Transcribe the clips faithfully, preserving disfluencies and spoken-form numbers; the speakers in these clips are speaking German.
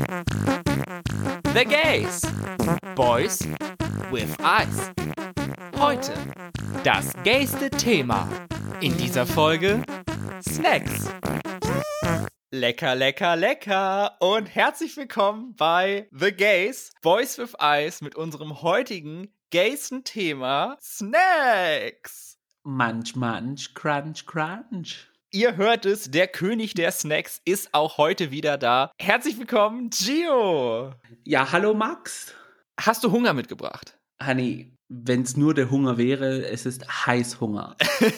The Gays. Boys with Eyes. Heute das gayste Thema. In dieser Folge Snacks. Lecker, lecker, lecker und herzlich willkommen bei The Gays, Boys with Eyes mit unserem heutigen gaysten Thema Snacks. Munch, munch, crunch, crunch. Ihr hört es, der König der Snacks ist auch heute wieder da. Herzlich willkommen, Gio. Ja, hallo Max. Hast du Hunger mitgebracht? Honey, wenn es nur der Hunger wäre, es ist Heißhunger.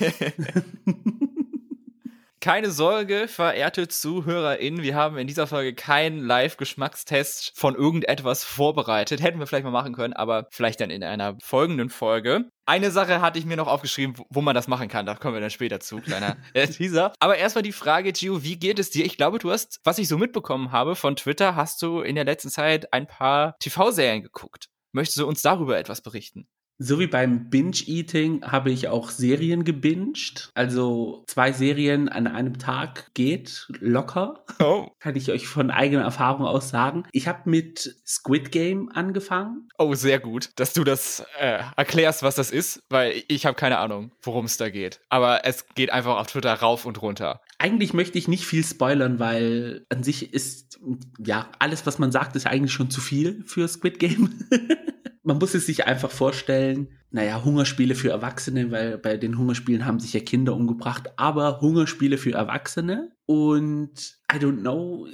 Keine Sorge, verehrte ZuhörerInnen, wir haben in dieser Folge keinen Live-Geschmackstest von irgendetwas vorbereitet. Hätten wir vielleicht mal machen können, aber vielleicht dann in einer folgenden Folge. Eine Sache hatte ich mir noch aufgeschrieben, wo man das machen kann. Da kommen wir dann später zu, kleiner Teaser. Aber erstmal die Frage, Gio, wie geht es dir? Ich glaube, du hast, was ich so mitbekommen habe von Twitter, hast du in der letzten Zeit ein paar T V-Serien geguckt. Möchtest du uns darüber etwas berichten? So wie beim Binge-Eating habe ich auch Serien gebinged. Also zwei Serien an einem Tag geht locker. Oh. Kann ich euch von eigener Erfahrung aus sagen. Ich habe mit Squid Game angefangen. Oh, sehr gut, dass du das äh, erklärst, was das ist, weil ich habe keine Ahnung, worum es da geht. Aber es geht einfach auf Twitter rauf und runter. Eigentlich möchte ich nicht viel spoilern, weil an sich ist, ja, alles, was man sagt, ist eigentlich schon zu viel für Squid Game. Man muss es sich einfach vorstellen, naja, Hungerspiele für Erwachsene, weil bei den Hungerspielen haben sich ja Kinder umgebracht, aber Hungerspiele für Erwachsene und I don't know,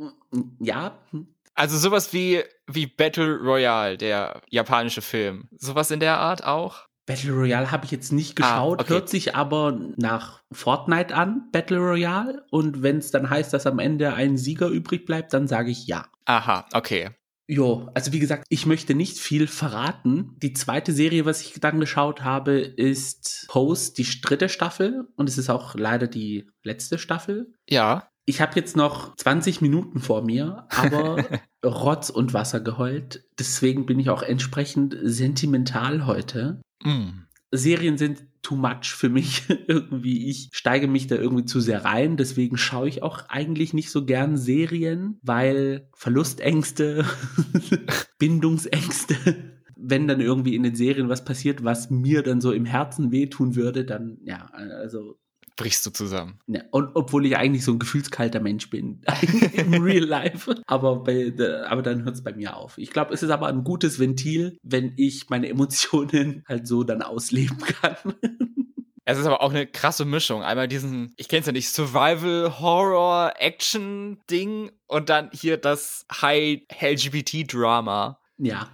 ja. Also sowas wie, wie Battle Royale, der japanische Film. Sowas in der Art auch? Battle Royale habe ich jetzt nicht geschaut, ah, okay. Hört sich aber nach Fortnite an, Battle Royale. Und wenn es dann heißt, dass am Ende ein Sieger übrig bleibt, dann sage ich ja. Aha, okay. Jo, also wie gesagt, ich möchte nicht viel verraten. Die zweite Serie, was ich dann geschaut habe, ist Pose, die dritte Staffel. Und es ist auch leider die letzte Staffel. Ja. Ich habe jetzt noch zwanzig Minuten vor mir, aber Rotz und Wasser geheult. Deswegen bin ich auch entsprechend sentimental heute. Mm. Serien sind too much für mich irgendwie. Ich steige mich da irgendwie zu sehr rein. Deswegen schaue ich auch eigentlich nicht so gern Serien, weil Verlustängste, Bindungsängste. Wenn dann irgendwie in den Serien was passiert, was mir dann so im Herzen wehtun würde, dann, ja, also brichst du zusammen. Ja, und obwohl ich eigentlich so ein gefühlskalter Mensch bin, im Real Life. Aber, bei, aber dann hört es bei mir auf. Ich glaube, es ist aber ein gutes Ventil, wenn ich meine Emotionen halt so dann ausleben kann. Es ist aber auch eine krasse Mischung. Einmal diesen, ich kenn's ja nicht, Survival-Horror-Action-Ding und dann hier das High-L G B T-Drama. Ja,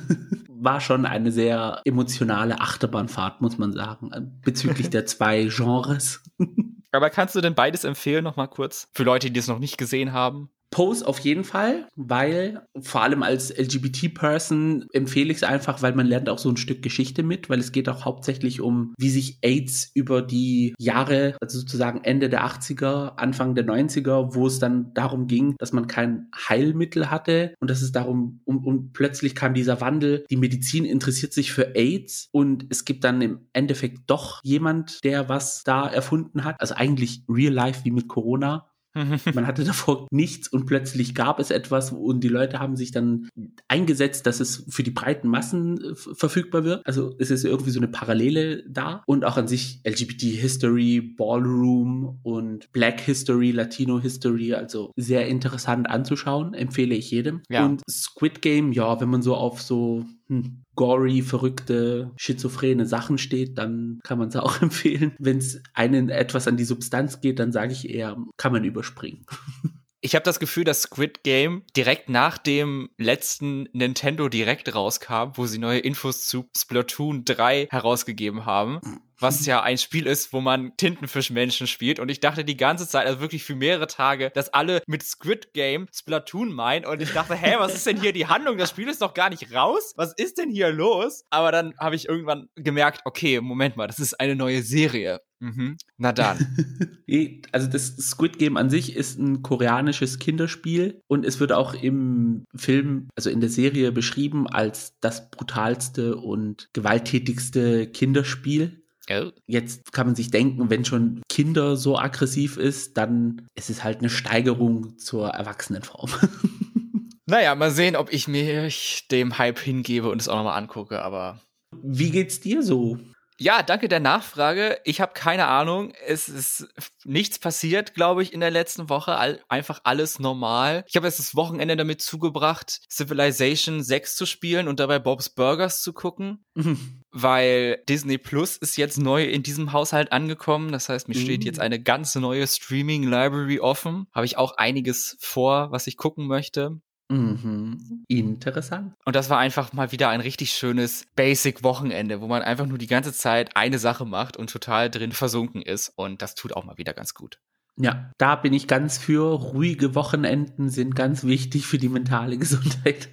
war schon eine sehr emotionale Achterbahnfahrt, muss man sagen, bezüglich der zwei Genres. Aber kannst du denn beides empfehlen, noch mal kurz, für Leute, die es noch nicht gesehen haben? Pose auf jeden Fall, weil vor allem als L G B T-Person empfehle ich es einfach, weil man lernt auch so ein Stück Geschichte mit, weil es geht auch hauptsächlich um, wie sich AIDS über die Jahre, also sozusagen Ende der achtziger, Anfang der neunziger, wo es dann darum ging, dass man kein Heilmittel hatte und dass es darum, und, und plötzlich kam dieser Wandel, die Medizin interessiert sich für AIDS und es gibt dann im Endeffekt doch jemand, der was da erfunden hat, also eigentlich real life wie mit Corona. Man hatte davor nichts und plötzlich gab es etwas und die Leute haben sich dann eingesetzt, dass es für die breiten Massen äh, verfügbar wird. Also es ist irgendwie so eine Parallele da. Und auch an sich L G B T-History, Ballroom und Black History, Latino History, also sehr interessant anzuschauen, empfehle ich jedem. Ja. Und Squid Game, ja, wenn man so auf so hm, gory, verrückte, schizophrene Sachen steht, dann kann man es auch empfehlen. Wenn es einen etwas an die Substanz geht, dann sage ich eher, kann man überspringen. Ich habe das Gefühl, dass Squid Game direkt nach dem letzten Nintendo Direct rauskam, wo sie neue Infos zu Splatoon drei herausgegeben haben, was ja ein Spiel ist, wo man Tintenfischmenschen spielt. Und ich dachte die ganze Zeit, also wirklich für mehrere Tage, dass alle mit Squid Game Splatoon meinen. Und ich dachte, hä, was ist denn hier die Handlung? Das Spiel ist doch gar nicht raus. Was ist denn hier los? Aber dann habe ich irgendwann gemerkt, okay, Moment mal, das ist eine neue Serie. Mhm. Na dann. Also das Squid Game an sich ist ein koreanisches Kinderspiel und es wird auch im Film, also in der Serie beschrieben als das brutalste und gewalttätigste Kinderspiel. Oh. Jetzt kann man sich denken, wenn schon Kinder so aggressiv ist, dann ist es halt eine Steigerung zur Erwachsenenform. Naja, mal sehen, ob ich mich dem Hype hingebe und es auch nochmal angucke, aber... Wie geht's dir so? Ja, danke der Nachfrage. Ich habe keine Ahnung. Es ist nichts passiert, glaube ich, in der letzten Woche. All, einfach alles normal. Ich habe jetzt das Wochenende damit zugebracht, Civilization sechs zu spielen und dabei Bob's Burgers zu gucken. Mhm. Weil Disney Plus ist jetzt neu in diesem Haushalt angekommen. Das heißt, mir mhm. steht jetzt eine ganz neue Streaming-Library offen. Habe ich auch einiges vor, was ich gucken möchte. Mhm. Interessant. Und das war einfach mal wieder ein richtig schönes Basic-Wochenende, wo man einfach nur die ganze Zeit eine Sache macht und total drin versunken ist. Und das tut auch mal wieder ganz gut. Ja, da bin ich ganz für. Ruhige Wochenenden sind ganz wichtig für die mentale Gesundheit.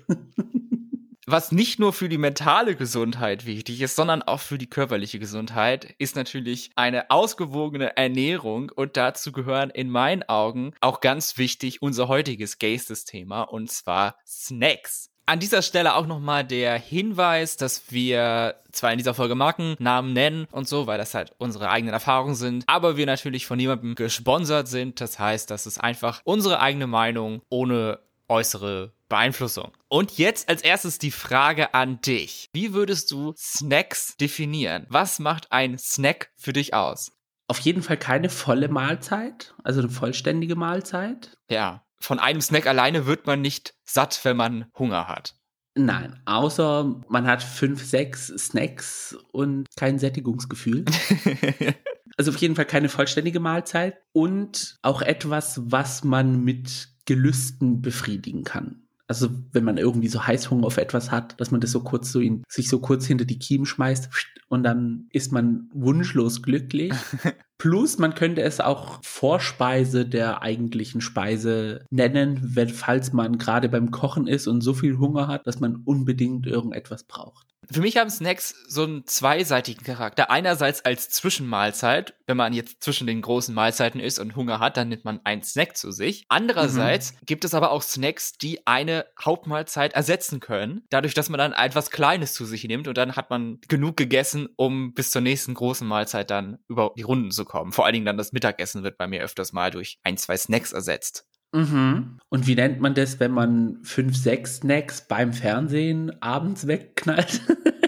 Was nicht nur für die mentale Gesundheit wichtig ist, sondern auch für die körperliche Gesundheit, ist natürlich eine ausgewogene Ernährung. Und dazu gehören in meinen Augen auch ganz wichtig unser heutiges Geistesthema, und zwar Snacks. An dieser Stelle auch nochmal der Hinweis, dass wir zwar in dieser Folge Markennamen nennen und so, weil das halt unsere eigenen Erfahrungen sind, aber wir natürlich von niemandem gesponsert sind. Das heißt, das ist einfach unsere eigene Meinung ohne äußere Beeinflussung. Und jetzt als erstes die Frage an dich. Wie würdest du Snacks definieren? Was macht ein Snack für dich aus? Auf jeden Fall keine volle Mahlzeit, also eine vollständige Mahlzeit. Ja, von einem Snack alleine wird man nicht satt, wenn man Hunger hat. Nein, außer man hat fünf, sechs Snacks und kein Sättigungsgefühl. Also auf jeden Fall keine vollständige Mahlzeit und auch etwas, was man mit Gelüsten befriedigen kann. Also wenn man irgendwie so Heißhunger auf etwas hat, dass man das so kurz so in, sich so kurz hinter die Kiemen schmeißt und dann ist man wunschlos glücklich. Plus man könnte es auch Vorspeise der eigentlichen Speise nennen, wenn, falls man gerade beim Kochen ist und so viel Hunger hat, dass man unbedingt irgendetwas braucht. Für mich haben Snacks so einen zweiseitigen Charakter. Einerseits als Zwischenmahlzeit, wenn man jetzt zwischen den großen Mahlzeiten ist und Hunger hat, dann nimmt man einen Snack zu sich. Andererseits mhm. gibt es aber auch Snacks, die eine Hauptmahlzeit ersetzen können, dadurch, dass man dann etwas Kleines zu sich nimmt und dann hat man genug gegessen, um bis zur nächsten großen Mahlzeit dann über die Runden zu kommen. Vor allen Dingen dann das Mittagessen wird bei mir öfters mal durch ein, zwei Snacks ersetzt. Mhm. Und wie nennt man das, wenn man fünf, sechs Snacks beim Fernsehen abends wegknallt?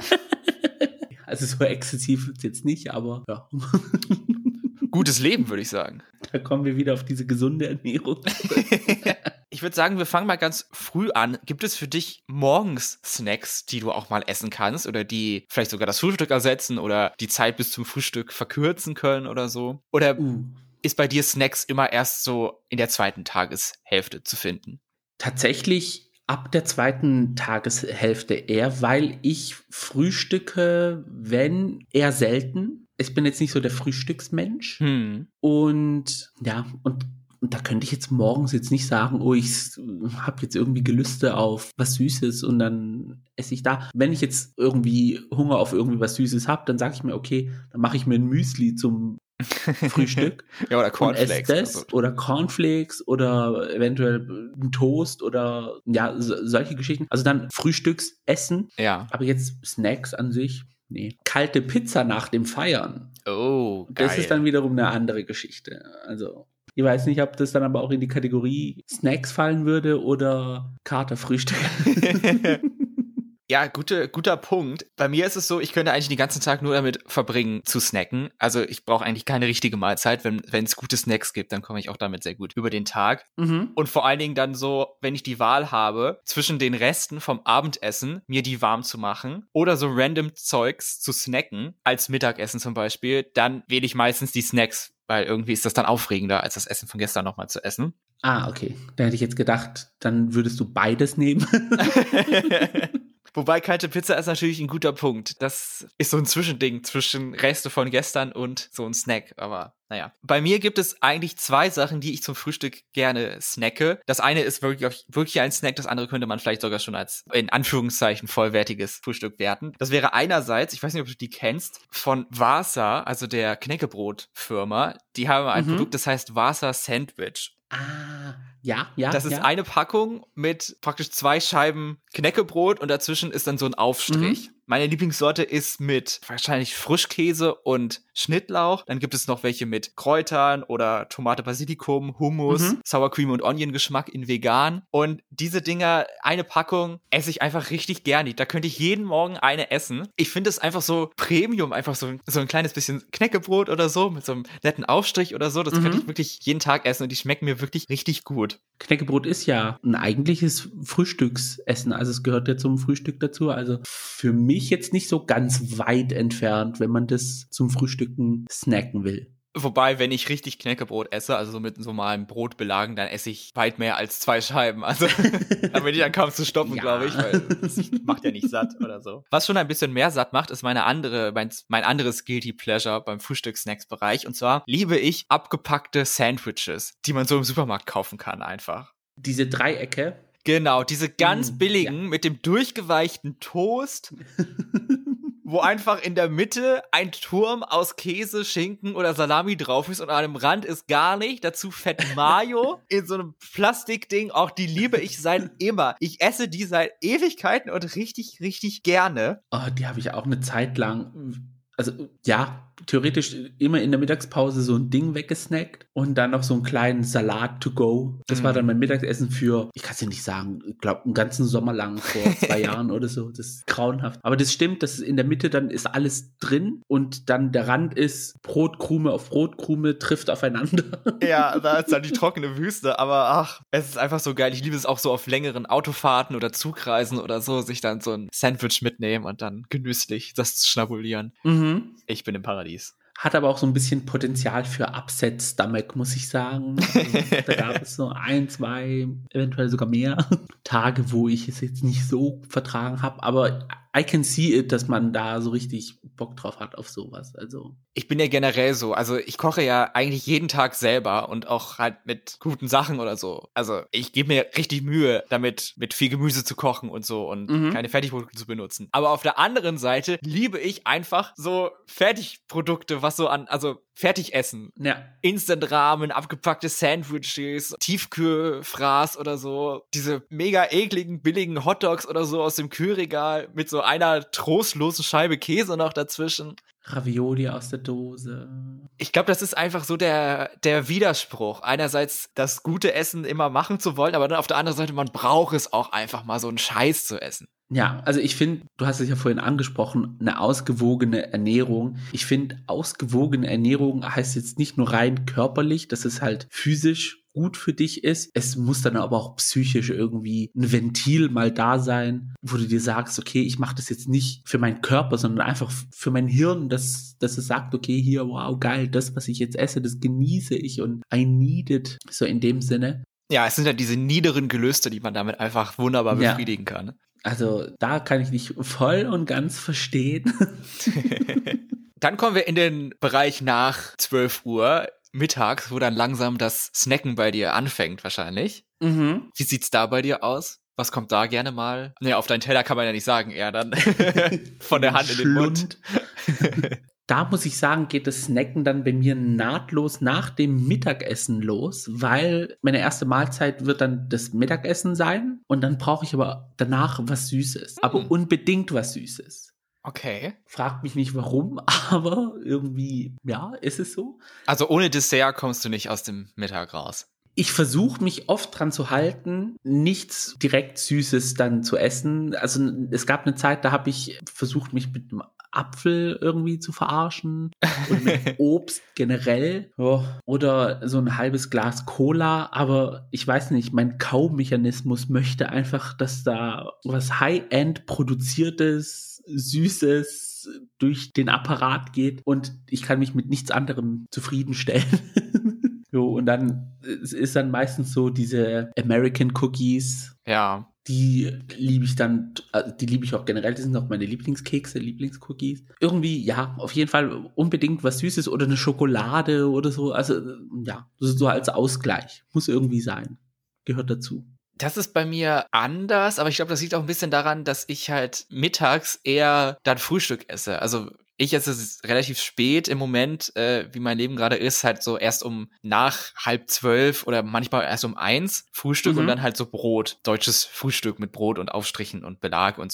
Also so exzessiv wird es jetzt nicht, aber ja. Gutes Leben, würde ich sagen. Da kommen wir wieder auf diese gesunde Ernährung. Ich würde sagen, wir fangen mal ganz früh an. Gibt es für dich morgens Snacks, die du auch mal essen kannst oder die vielleicht sogar das Frühstück ersetzen oder die Zeit bis zum Frühstück verkürzen können oder so? Oder uh. ist bei dir Snacks immer erst so in der zweiten Tageshälfte zu finden? Tatsächlich ab der zweiten Tageshälfte eher, weil ich frühstücke, wenn, eher selten. Ich bin jetzt nicht so der Frühstücksmensch. Hm. Und ja, und, und da könnte ich jetzt morgens jetzt nicht sagen, oh, ich habe jetzt irgendwie Gelüste auf was Süßes und dann esse ich da. Wenn ich jetzt irgendwie Hunger auf irgendwie was Süßes habe, dann sage ich mir, okay, dann mache ich mir ein Müsli zum Frühstück. Ja, oder Cornflakes. Das, also. Oder Cornflakes oder eventuell ein Toast oder ja, so, solche Geschichten. Also dann Frühstücksessen. Ja. Aber jetzt Snacks an sich, nee. Kalte Pizza nach dem Feiern. Oh, geil. Das ist dann wiederum eine andere Geschichte. Also ich weiß nicht, ob das dann aber auch in die Kategorie Snacks fallen würde oder Katerfrühstück. Ja, gute, guter Punkt. Bei mir ist es so, ich könnte eigentlich den ganzen Tag nur damit verbringen, zu snacken. Also ich brauche eigentlich keine richtige Mahlzeit. Wenn wenn es gute Snacks gibt, dann komme ich auch damit sehr gut über den Tag. Mhm. Und vor allen Dingen dann so, wenn ich die Wahl habe, zwischen den Resten vom Abendessen mir die warm zu machen oder so random Zeugs zu snacken, als Mittagessen zum Beispiel, dann wähle ich meistens die Snacks, weil irgendwie ist das dann aufregender, als das Essen von gestern nochmal zu essen. Ah, okay. Da hätte ich jetzt gedacht, dann würdest du beides nehmen. Wobei kalte Pizza ist natürlich ein guter Punkt. Das ist so ein Zwischending zwischen Reste von gestern und so ein Snack. Aber naja. Bei mir gibt es eigentlich zwei Sachen, die ich zum Frühstück gerne snacke. Das eine ist wirklich, wirklich ein Snack, das andere könnte man vielleicht sogar schon als in Anführungszeichen vollwertiges Frühstück werten. Das wäre einerseits, ich weiß nicht, ob du die kennst, von Vasa, also der Knäckebrot-Firma. Die haben ein mhm. Produkt, das heißt Vasa Sandwich. Ah, ja, ja. Das ist ja. eine Packung mit praktisch zwei Scheiben Knäckebrot und dazwischen ist dann so ein Aufstrich. Mhm. Meine Lieblingssorte ist mit wahrscheinlich Frischkäse und Schnittlauch. Dann gibt es noch welche mit Kräutern oder Tomate, Basilikum, Hummus, Mhm. Sour Cream und Onion Geschmack in vegan. Und diese Dinger, eine Packung, esse ich einfach richtig gerne. Da könnte ich jeden Morgen eine essen. Ich finde es einfach so Premium, einfach so, so ein kleines bisschen Knäckebrot oder so mit so einem netten Aufstrich oder so. Das Mhm. könnte ich wirklich jeden Tag essen und die schmecken mir wirklich richtig gut. Knäckebrot ist ja ein eigentliches Frühstücksessen, also es gehört ja zum Frühstück dazu. Also für mich jetzt nicht so ganz weit entfernt, wenn man das zum Frühstücken snacken will. Wobei, wenn ich richtig Knäckebrot esse, also so mit so normalem Brotbelagen, dann esse ich weit mehr als zwei Scheiben. Also da bin ich dann kaum zu stoppen, Ja. glaube ich, weil das macht ja nicht satt oder so. Was schon ein bisschen mehr satt macht, ist meine andere, mein, mein anderes Guilty Pleasure beim Frühstückssnacks-Bereich. Und zwar liebe ich abgepackte Sandwiches, die man so im Supermarkt kaufen kann einfach. Diese Dreiecke. Genau, diese ganz Mm, billigen ja. mit dem durchgeweichten Toast, wo einfach in der Mitte ein Turm aus Käse, Schinken oder Salami drauf ist und an dem Rand ist gar nicht. Dazu Fett Mayo in so einem Plastikding. Auch die liebe ich seit immer. Ich esse die seit Ewigkeiten und richtig, richtig gerne. Oh, die habe ich auch eine Zeit lang, also ja, theoretisch immer in der Mittagspause so ein Ding weggesnackt und dann noch so einen kleinen Salat to go. Das Mm. war dann mein Mittagessen für, ich kann es dir nicht sagen, ich glaube, einen ganzen Sommer lang vor zwei Jahren oder so. Das ist grauenhaft. Aber das stimmt, dass in der Mitte dann ist alles drin und dann der Rand ist Brotkrume auf Brotkrume, trifft aufeinander. Ja, da ist dann die trockene Wüste, aber ach, es ist einfach so geil. Ich liebe es auch so auf längeren Autofahrten oder Zugreisen oder so, sich dann so ein Sandwich mitnehmen und dann genüsslich das zu schnabulieren. Mhm. Ich bin im Paradies. Hat aber auch so ein bisschen Potenzial für Upset-Stomach, muss ich sagen. Also, da gab es so ein, zwei, eventuell sogar mehr Tage, wo ich es jetzt nicht so vertragen habe. Aber I can see it, dass man da so richtig Bock drauf hat auf sowas. Also Ich bin ja generell so, also ich koche ja eigentlich jeden Tag selber und auch halt mit guten Sachen oder so. Also ich gebe mir richtig Mühe, damit mit viel Gemüse zu kochen und so und Mhm. keine Fertigprodukte zu benutzen. Aber auf der anderen Seite liebe ich einfach so Fertigprodukte, was so an, also Fertigessen. ja, Instant-Ramen, abgepackte Sandwiches, Tiefkühlfraß oder so. Diese mega ekligen, billigen Hotdogs oder so aus dem Kühlregal mit so einer trostlosen Scheibe Käse noch dazwischen. Ravioli aus der Dose. Ich glaube, das ist einfach so der, der Widerspruch. Einerseits das gute Essen immer machen zu wollen, aber dann auf der anderen Seite, man braucht es auch einfach mal so einen Scheiß zu essen. Ja, also ich finde, du hast es ja vorhin angesprochen, eine ausgewogene Ernährung. Ich finde, ausgewogene Ernährung heißt jetzt nicht nur rein körperlich, dass es halt physisch gut für dich ist. Es muss dann aber auch psychisch irgendwie ein Ventil mal da sein, wo du dir sagst, okay, ich mache das jetzt nicht für meinen Körper, sondern einfach für mein Hirn, dass, dass es sagt, okay, hier, wow, geil, das, was ich jetzt esse, das genieße ich und I need it. So in dem Sinne. Ja, es sind ja diese niederen Gelüste, die man damit einfach wunderbar Ja. befriedigen kann. Also da kann ich dich voll und ganz verstehen. Dann kommen wir in den Bereich nach zwölf Uhr mittags, wo dann langsam das Snacken bei dir anfängt wahrscheinlich. Mhm. Wie sieht's da bei dir aus? Was kommt da gerne mal? Nee, auf deinen Teller kann man ja nicht sagen, eher dann von der Hand in den Mund. Da muss ich sagen, geht das Snacken dann bei mir nahtlos nach dem Mittagessen los, weil meine erste Mahlzeit wird dann das Mittagessen sein und dann brauche ich aber danach was Süßes, aber Hm. unbedingt was Süßes. Okay. Fragt mich nicht warum, aber irgendwie, ja, ist es so. Also ohne Dessert kommst du nicht aus dem Mittag raus. Ich versuche mich oft dran zu halten, nichts direkt Süßes dann zu essen. Also es gab eine Zeit, da habe ich versucht, mich mit einem Apfel irgendwie zu verarschen und mit Obst generell. Ja. Oder so ein halbes Glas Cola. Aber ich weiß nicht, mein Kaumechanismus möchte einfach, dass da was High-End produziertes, Süßes durch den Apparat geht und ich kann mich mit nichts anderem zufriedenstellen. Jo, und dann es ist dann meistens so diese American Cookies. Ja. Die liebe ich dann, also die liebe ich auch generell, das sind auch meine Lieblingskekse, Lieblingscookies. Irgendwie, ja, auf jeden Fall unbedingt was Süßes oder eine Schokolade oder so. Also, ja, so als Ausgleich. Muss irgendwie sein. Gehört dazu. Das ist bei mir anders, aber ich glaube, das liegt auch ein bisschen daran, dass ich halt mittags eher dann Frühstück esse. Also ich esse es relativ spät im Moment, äh, wie mein Leben gerade ist, halt so erst um nach halb zwölf oder manchmal erst um eins Frühstück Mhm. und dann halt so Brot, deutsches Frühstück mit Brot und Aufstrichen und Belag und so.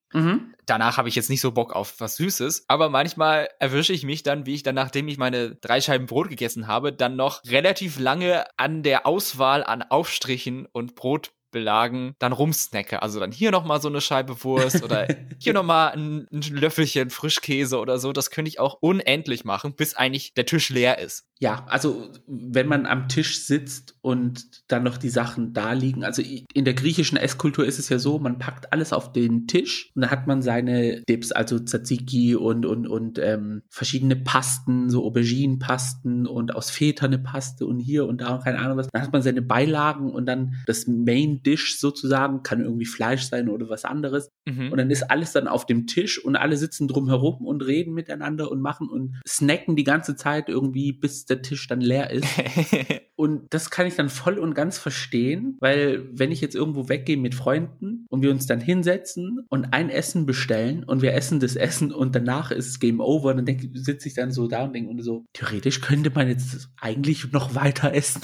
Mhm. Danach habe ich jetzt nicht so Bock auf was Süßes, aber manchmal erwische ich mich dann, wie ich dann, nachdem ich meine drei Scheiben Brot gegessen habe, dann noch relativ lange an der Auswahl an Aufstrichen und Brotbelagen dann rumsnacke. Also dann hier nochmal so eine Scheibe Wurst oder hier nochmal ein, ein Löffelchen Frischkäse oder so. Das könnte ich auch unendlich machen, bis eigentlich der Tisch leer ist. Ja, also wenn man am Tisch sitzt und dann noch die Sachen da liegen, also in der griechischen Esskultur ist es ja so, man packt alles auf den Tisch und dann hat man seine Dips, also Tzatziki und und und ähm, verschiedene Pasten, so Auberginenpasten und aus Feta eine Paste und hier und da und keine Ahnung was. Dann hat man seine Beilagen und dann das Main Dish sozusagen, kann irgendwie Fleisch sein oder was anderes. Mhm. Und dann ist alles dann auf dem Tisch und alle sitzen drumherum und reden miteinander und machen und snacken die ganze Zeit irgendwie, bis der Tisch dann leer ist. Und das kann ich dann voll und ganz verstehen, weil wenn ich jetzt irgendwo weggehe mit Freunden und wir uns dann hinsetzen und ein Essen bestellen und wir essen das Essen und danach ist es Game Over, dann sitze ich dann so da und denke so, theoretisch könnte man jetzt eigentlich noch weiter essen.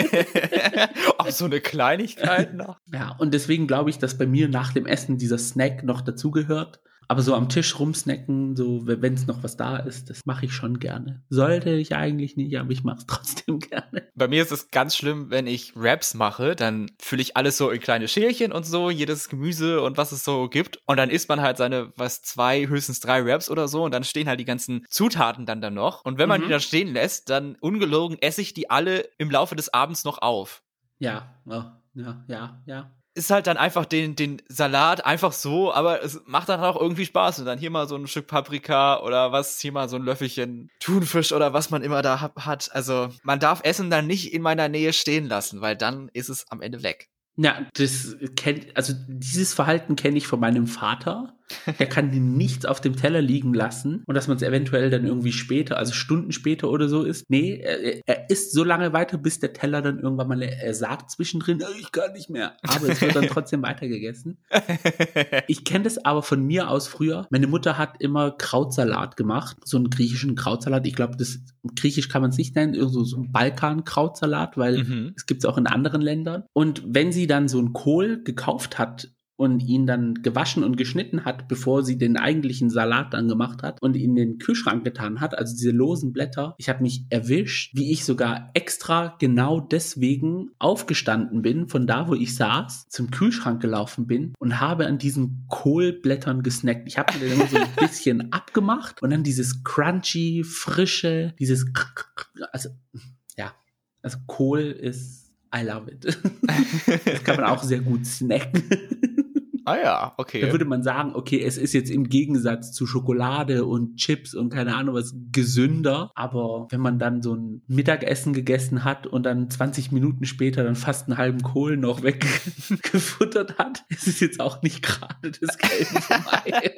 Auch so eine Kleinigkeit noch. Ja, und deswegen glaube ich, dass bei mir nach dem Essen dieser Snack noch dazugehört. Aber so am Tisch rumsnacken, so wenn es noch was da ist, das mache ich schon gerne. Sollte ich eigentlich nicht, aber ich mache es trotzdem gerne. Bei mir ist es ganz schlimm, wenn ich Wraps mache, dann fülle ich alles so in kleine Schälchen und so, jedes Gemüse und was es so gibt. Und dann isst man halt seine, was, zwei, höchstens drei Wraps oder so und dann stehen halt die ganzen Zutaten dann da noch. Und wenn man Mhm. die da stehen lässt, dann ungelogen esse ich die alle im Laufe des Abends noch auf. Ja, ja, ja, ja, ja. Ist halt dann einfach den, den Salat einfach so, aber es macht dann auch irgendwie Spaß. Und dann hier mal so ein Stück Paprika oder was, hier mal so ein Löffelchen Thunfisch oder was man immer da hat. Also man darf Essen dann nicht in meiner Nähe stehen lassen, weil dann ist es am Ende weg. Ja, das kennt, also dieses Verhalten kenne ich von meinem Vater. Der kann nichts auf dem Teller liegen lassen und dass man es eventuell dann irgendwie später, also Stunden später oder so isst. Nee, er, er isst so lange weiter, bis der Teller dann irgendwann mal, er sagt zwischendrin, ich kann nicht mehr. Aber es wird dann trotzdem weiter gegessen. Ich kenne das aber von mir aus früher. Meine Mutter hat immer Krautsalat gemacht, so einen griechischen Krautsalat. Ich glaube, das griechisch kann man es nicht nennen, so, so ein Balkan-Krautsalat, weil Mhm. es gibt es auch in anderen Ländern. Und wenn sie dann so einen Kohl gekauft hat und ihn dann gewaschen und geschnitten hat, bevor sie den eigentlichen Salat dann gemacht hat und ihn in den Kühlschrank getan hat, also diese losen Blätter, ich habe mich erwischt, wie ich sogar extra genau deswegen aufgestanden bin, von da, wo ich saß, zum Kühlschrank gelaufen bin und habe an diesen Kohlblättern gesnackt. Ich habe mir dann immer so ein bisschen abgemacht und dann dieses crunchy, frische, dieses, also, ja, also Kohl ist, I love it. Das kann man auch sehr gut snacken. Ah ja, okay. Da würde man sagen, okay, es ist jetzt im Gegensatz zu Schokolade und Chips und keine Ahnung was gesünder. Aber wenn man dann so ein Mittagessen gegessen hat und dann zwanzig Minuten später dann fast einen halben Kohl noch weggefuttert hat, ist es jetzt auch nicht gerade das Gelbe vom Ei.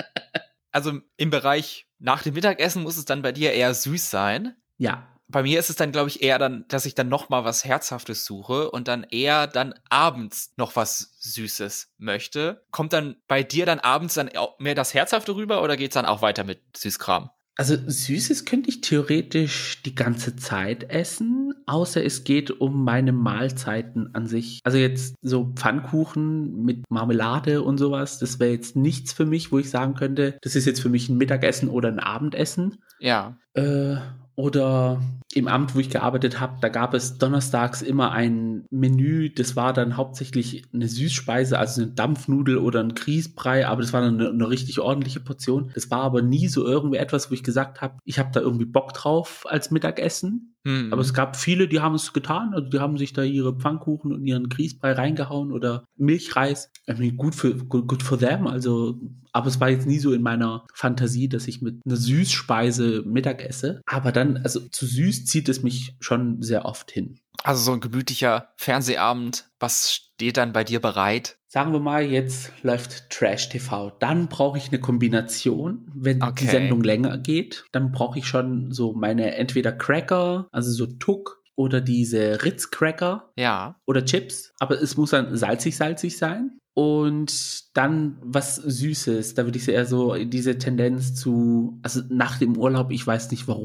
Also im Bereich nach dem Mittagessen muss es dann bei dir eher süß sein. Ja. Bei mir ist es dann, glaube ich, eher dann, dass ich dann noch mal was Herzhaftes suche und dann eher dann abends noch was Süßes möchte. Kommt dann bei dir dann abends dann auch mehr das Herzhafte rüber oder geht's dann auch weiter mit Süßkram? Also Süßes könnte ich theoretisch die ganze Zeit essen, außer es geht um meine Mahlzeiten an sich. Also jetzt so Pfannkuchen mit Marmelade und sowas, das wäre jetzt nichts für mich, wo ich sagen könnte, das ist jetzt für mich ein Mittagessen oder ein Abendessen. Ja. Äh, oder im Amt, wo ich gearbeitet habe, da gab es donnerstags immer ein Menü, das war dann hauptsächlich eine Süßspeise, also eine Dampfnudel oder ein Grießbrei, aber das war dann eine, eine richtig ordentliche Portion. Das war aber nie so irgendwie etwas, wo ich gesagt habe, ich habe da irgendwie Bock drauf als Mittagessen. Mhm. Aber es gab viele, die haben es getan, also die haben sich da ihre Pfannkuchen und ihren Grießbrei reingehauen oder Milchreis. I mean, gut für good, good for them, also, aber es war jetzt nie so in meiner Fantasie, dass ich mit einer Süßspeise Mittag esse. Aber dann, also zu süß zieht es mich schon sehr oft hin. Also so ein gemütlicher Fernsehabend, was steht dann bei dir bereit? Sagen wir mal, jetzt läuft Trash-T V. Dann brauche ich eine Kombination. Wenn Okay. die Sendung länger geht, dann brauche ich schon so meine entweder Cracker, also so Tuck oder diese Ritz-Cracker Ja. oder Chips. Aber es muss dann salzig-salzig sein. Und dann was Süßes. Da würde ich eher so diese Tendenz zu, also nach dem Urlaub, ich weiß nicht warum.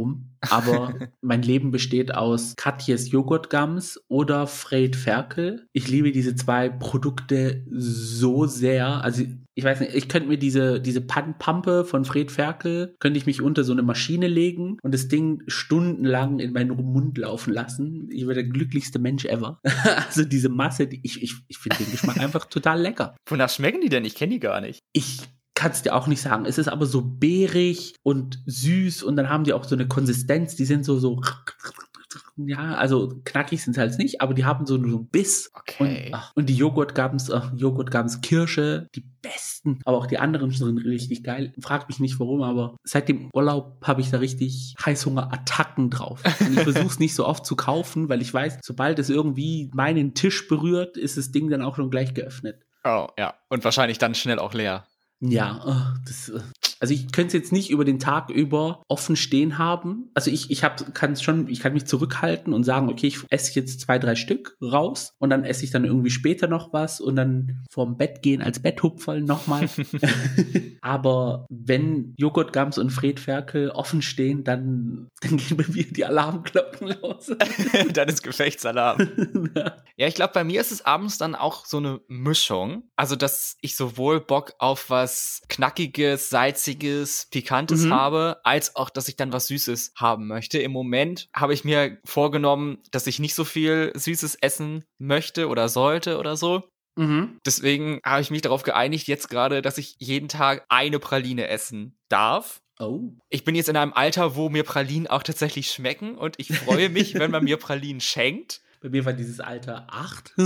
aber mein Leben besteht aus Katjes Joghurtgums oder Fred Ferkel. Ich liebe diese zwei Produkte so sehr. Also ich weiß nicht, ich könnte mir diese, diese Pampe von Fred Ferkel, könnte ich mich unter so eine Maschine legen und das Ding stundenlang in meinen Mund laufen lassen. Ich wäre der glücklichste Mensch ever. Also diese Masse, die, ich, ich, ich finde den Geschmack einfach total lecker. Wonach schmecken die denn? Ich kenne die gar nicht. Ich kann es dir auch nicht sagen. Es ist aber so beerig und süß und dann haben die auch so eine Konsistenz, die sind so, so, ja, also knackig sind sie halt nicht, aber die haben so einen Biss. Okay. Und, ach, und die Joghurtgums, ach, Joghurtgums Kirsche, die besten, aber auch die anderen sind richtig geil. Frag mich nicht warum, aber seit dem Urlaub habe ich da richtig Heißhunger-Attacken drauf. Und ich versuche es nicht so oft zu kaufen, weil ich weiß, sobald es irgendwie meinen Tisch berührt, ist das Ding dann auch schon gleich geöffnet. Oh, ja. Und wahrscheinlich dann schnell auch leer. Ja, oh, das, also ich könnte es jetzt nicht über den Tag über offen stehen haben. Also ich, ich hab, kann es schon, ich kann mich zurückhalten und sagen, okay, ich esse jetzt zwei, drei Stück raus und dann esse ich dann irgendwie später noch was und dann vorm Bett gehen als Betthupferl nochmal. Aber wenn Joghurtgums und Fred Ferkel offen stehen, dann, dann gehen bei mir die Alarmglocken los. Dann ist Gefechtsalarm. Ja. Ja, ich glaube, bei mir ist es abends dann auch so eine Mischung. Also, dass ich sowohl Bock auf was Knackiges, Salziges, Pikantes mhm. habe, als auch, dass ich dann was Süßes haben möchte. Im Moment habe ich mir vorgenommen, dass ich nicht so viel Süßes essen möchte oder sollte oder so. Mhm. Deswegen habe ich mich darauf geeinigt, jetzt gerade, dass ich jeden Tag eine Praline essen darf. Oh. Ich bin jetzt in einem Alter, wo mir Pralinen auch tatsächlich schmecken und ich freue mich, wenn man mir Pralinen schenkt. Bei mir war dieses Alter acht.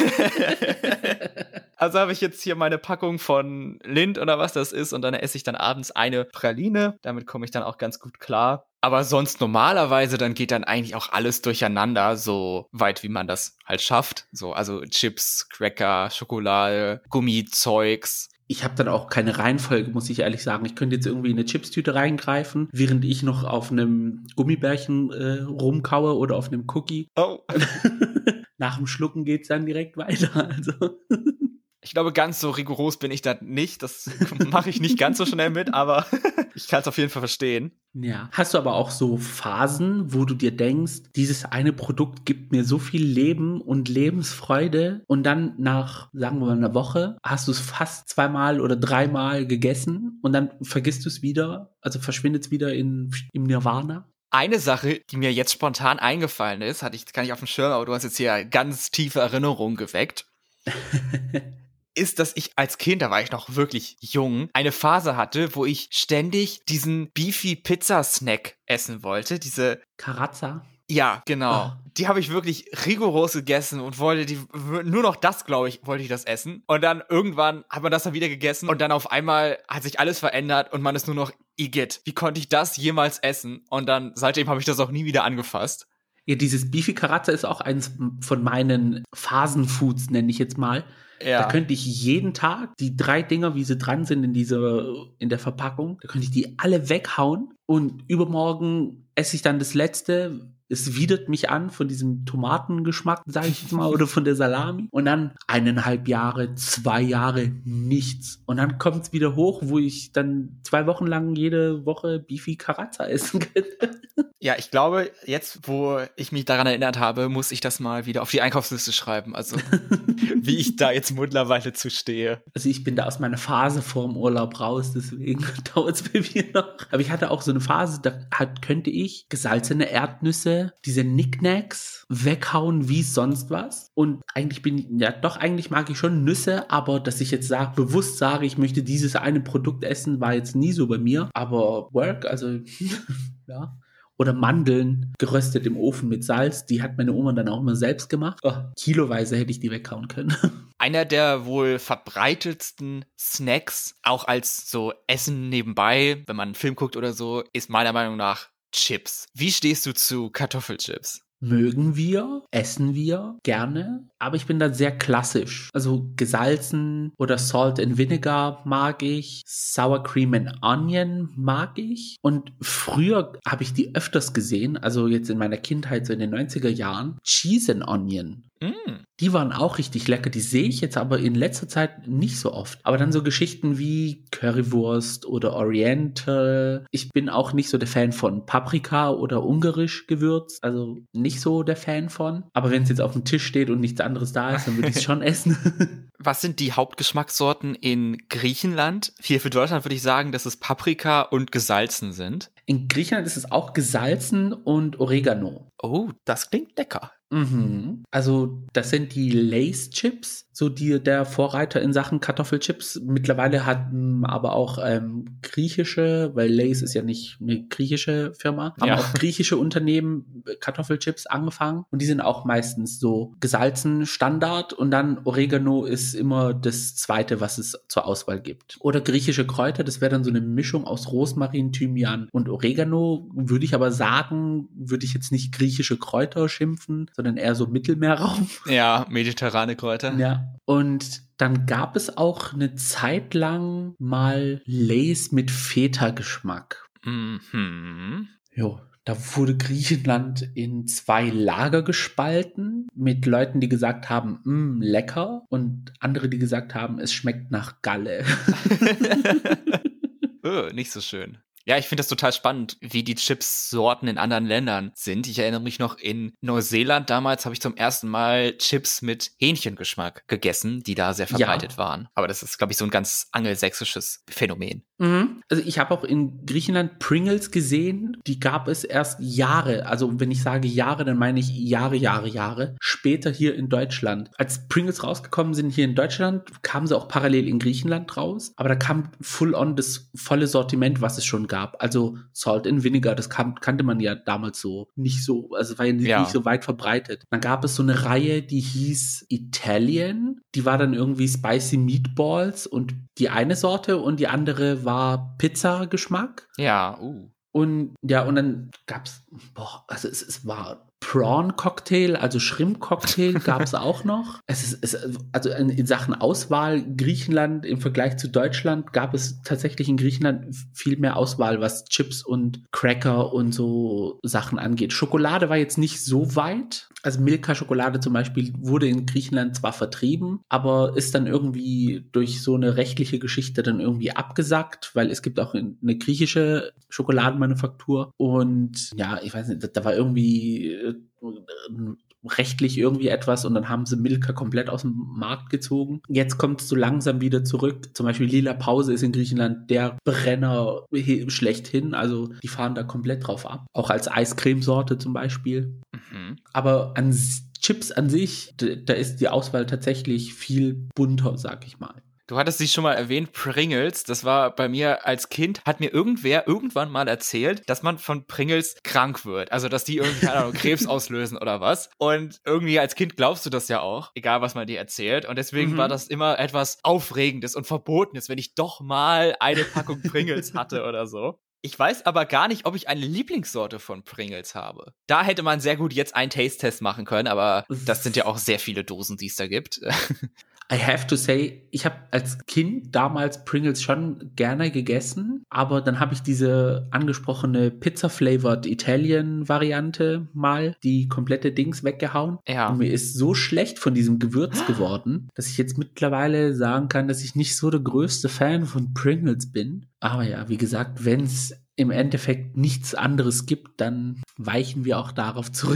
Also habe ich jetzt hier meine Packung von Lindt oder was das ist und dann esse ich dann abends eine Praline. Damit komme ich dann auch ganz gut klar. Aber sonst normalerweise, dann geht dann eigentlich auch alles durcheinander, so weit wie man das halt schafft. So, also Chips, Cracker, Schokolade, Gummizeugs. Ich habe dann auch keine Reihenfolge, muss ich ehrlich sagen. Ich könnte jetzt irgendwie in eine Chipstüte reingreifen, während ich noch auf einem Gummibärchen äh, rumkaue oder auf einem Cookie. Oh. Nach dem Schlucken geht's dann direkt weiter. Also. Ich glaube, ganz so rigoros bin ich da nicht. Das mache ich nicht ganz so schnell mit, aber ich kann es auf jeden Fall verstehen. Ja. Hast du aber auch so Phasen, wo du dir denkst, dieses eine Produkt gibt mir so viel Leben und Lebensfreude und dann nach, sagen wir mal, einer Woche hast du es fast zweimal oder dreimal gegessen und dann vergisst du es wieder, also verschwindet es wieder in, im Nirvana? Eine Sache, die mir jetzt spontan eingefallen ist, hatte ich, kann ich auf dem Schirm, aber du hast jetzt hier ganz tiefe Erinnerungen geweckt. Ist, dass ich als Kind, da war ich noch wirklich jung, eine Phase hatte, wo ich ständig diesen Beefy Pizza Snack essen wollte. Diese Carazza? Ja, genau. Oh. Die habe ich wirklich rigoros gegessen und wollte die, nur noch das, glaube ich, wollte ich das essen. Und dann irgendwann hat man das dann wieder gegessen und dann auf einmal hat sich alles verändert und man ist nur noch, Igitt, wie konnte ich das jemals essen? Und dann, seitdem habe ich das auch nie wieder angefasst. Ja, dieses Beefy Carazza ist auch eins von meinen Phasenfoods, nenne ich jetzt mal. Ja. Da könnte ich jeden Tag die drei Dinger, wie sie dran sind in dieser, in der Verpackung, da könnte ich die alle weghauen und übermorgen esse ich dann das letzte. Es widert mich an von diesem Tomatengeschmack, sage ich jetzt mal, oder von der Salami. Und dann eineinhalb Jahre, zwei Jahre nichts. Und dann kommt es wieder hoch, wo ich dann zwei Wochen lang jede Woche Beefy Carazza essen könnte. Ja, ich glaube, jetzt, wo ich mich daran erinnert habe, muss ich das mal wieder auf die Einkaufsliste schreiben. Also, wie ich da jetzt mittlerweile zu stehe. Also, ich bin da aus meiner Phase vorm Urlaub raus, deswegen dauert es bei mir noch. Aber ich hatte auch so eine Phase, da hat, könnte ich gesalzene Erdnüsse, diese Knickknacks weghauen wie sonst was. Und eigentlich bin ja doch, eigentlich mag ich schon Nüsse, aber dass ich jetzt sage, bewusst sage, ich möchte dieses eine Produkt essen, war jetzt nie so bei mir. Aber Work, also, ja. Oder Mandeln, geröstet im Ofen mit Salz. Die hat meine Oma dann auch immer selbst gemacht. Oh, kiloweise hätte ich die weghauen können. Einer der wohl verbreitetsten Snacks, auch als so Essen nebenbei, wenn man einen Film guckt oder so, ist meiner Meinung nach Chips. Wie stehst du zu Kartoffelchips? Mögen wir, essen wir gerne, aber ich bin da sehr klassisch. Also gesalzen oder Salt and Vinegar mag ich, Sour Cream and Onion mag ich und früher habe ich die öfters gesehen, also jetzt in meiner Kindheit, so in den neunziger Jahren, Cheese and Onion. Mm. Die waren auch richtig lecker. Die sehe ich jetzt aber in letzter Zeit nicht so oft. Aber dann so Geschichten wie Currywurst oder Oriental. Ich bin auch nicht so der Fan von Paprika oder ungarisch Gewürz. Also nicht so der Fan von. Aber wenn es jetzt auf dem Tisch steht und nichts anderes da ist, dann würde ich es schon essen. Was sind die Hauptgeschmackssorten in Griechenland? Hier für Deutschland würde ich sagen, dass es Paprika und gesalzen sind. In Griechenland ist es auch gesalzen und Oregano. Oh, das klingt lecker. Mhm. Also das sind die Lay's-Chips, so die der Vorreiter in Sachen Kartoffelchips. Mittlerweile hatten aber auch ähm, griechische, weil Lay's ist ja nicht eine griechische Firma, haben Ja. auch griechische Unternehmen Kartoffelchips angefangen und die sind auch meistens so gesalzen Standard und dann Oregano ist immer das zweite, was es zur Auswahl gibt. Oder griechische Kräuter, das wäre dann so eine Mischung aus Rosmarin, Thymian und Oregano, würde ich aber sagen, würde ich jetzt nicht griechische Kräuter schimpfen, sondern eher so Mittelmeerraum. Ja, mediterrane Kräuter. Ja. Und dann gab es auch eine Zeit lang mal Lay's mit Feta-Geschmack. Mhm. Jo. Da wurde Griechenland in zwei Lager gespalten mit Leuten, die gesagt haben, mh, lecker und andere, die gesagt haben, es schmeckt nach Galle. Oh, nicht so schön. Ja, ich finde das total spannend, wie die Chips-Sorten in anderen Ländern sind. Ich erinnere mich noch, in Neuseeland damals habe ich zum ersten Mal Chips mit Hähnchengeschmack gegessen, die da sehr verbreitet Ja. waren. Aber das ist, glaube ich, so ein ganz angelsächsisches Phänomen. Mhm. Also ich habe auch in Griechenland Pringles gesehen, die gab es erst Jahre, also wenn ich sage Jahre, dann meine ich Jahre, Jahre, Jahre, später hier in Deutschland. Als Pringles rausgekommen sind hier in Deutschland, kamen sie auch parallel in Griechenland raus, aber da kam full on das volle Sortiment, was es schon gab. Also Salt and Vinegar, das kam, kannte man ja damals so nicht so, also war ja nicht, Ja. nicht so weit verbreitet. Dann gab es so eine Reihe, die hieß Italian, die war dann irgendwie Spicy Meatballs und die eine Sorte und die andere war Pizza-Geschmack. Ja, uh. Und ja, und dann gab's, boah, also es, es war Prawn-Cocktail, also Shrimp-Cocktail gab es auch noch. Es ist, es, also in, in Sachen Auswahl Griechenland im Vergleich zu Deutschland gab es tatsächlich in Griechenland viel mehr Auswahl, was Chips und Cracker und so Sachen angeht. Schokolade war jetzt nicht so weit. Also Milka-Schokolade zum Beispiel wurde in Griechenland zwar vertrieben, aber ist dann irgendwie durch so eine rechtliche Geschichte dann irgendwie abgesackt, weil es gibt auch eine griechische Schokoladenmanufaktur und ja, ich weiß nicht, da war irgendwie äh, rechtlich irgendwie etwas und dann haben sie Milka komplett aus dem Markt gezogen. Jetzt kommt es so langsam wieder zurück. Zum Beispiel Lila Pause ist in Griechenland der Brenner schlechthin. Also die fahren da komplett drauf ab. Auch als Eiscremesorte zum Beispiel. Mhm. Aber an Chips an sich, da ist die Auswahl tatsächlich viel bunter, sag ich mal. Du hattest sie schon mal erwähnt, Pringles. Das war bei mir als Kind, hat mir irgendwer irgendwann mal erzählt, dass man von Pringles krank wird. Also, dass die irgendwie, keine Ahnung, Krebs auslösen oder was. Und irgendwie als Kind glaubst du das ja auch, egal was man dir erzählt. Und deswegen Mhm. war das immer etwas Aufregendes und Verbotenes, wenn ich doch mal eine Packung Pringles hatte oder so. Ich weiß aber gar nicht, ob ich eine Lieblingssorte von Pringles habe. Da hätte man sehr gut jetzt einen Taste-Test machen können, aber das sind ja auch sehr viele Dosen, die es da gibt. I have to say, ich habe als Kind damals Pringles schon gerne gegessen, aber dann habe ich diese angesprochene Pizza-flavored Italien-Variante mal, die komplette Dings weggehauen. Ja. Und mir ist so schlecht von diesem Gewürz geworden, dass ich jetzt mittlerweile sagen kann, dass ich nicht so der größte Fan von Pringles bin. Aber ja, wie gesagt, wenn es im Endeffekt nichts anderes gibt, dann weichen wir auch darauf zurück.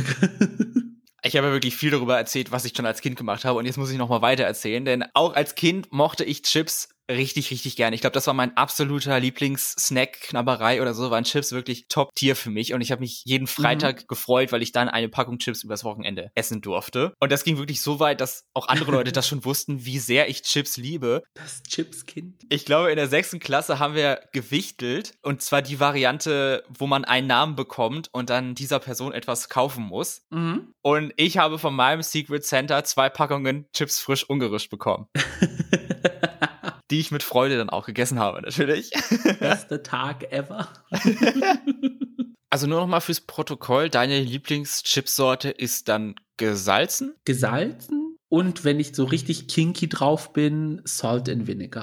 Ich habe ja wirklich viel darüber erzählt, was ich schon als Kind gemacht habe und jetzt muss ich noch mal weiter erzählen, denn auch als Kind mochte ich Chips richtig, richtig gerne. Ich glaube, das war mein absoluter Lieblings-Snack, Knabberei oder so, waren Chips wirklich Top-Tier für mich und ich habe mich jeden Freitag mhm. gefreut, weil ich dann eine Packung Chips übers Wochenende essen durfte. Und das ging wirklich so weit, dass auch andere Leute das schon wussten, wie sehr ich Chips liebe. Das Chips-Kind. Ich glaube, in der sechsten Klasse haben wir gewichtelt und zwar die Variante, wo man einen Namen bekommt und dann dieser Person etwas kaufen muss. Mhm. Und ich habe von meinem Secret Santa zwei Packungen Chips frisch ungerischt bekommen. Die ich mit Freude dann auch gegessen habe, natürlich. Bester Tag ever. Also nur noch mal fürs Protokoll, deine Lieblings-Chipsorte ist dann gesalzen? Gesalzen und wenn ich so richtig kinky drauf bin, Salt and Vinegar.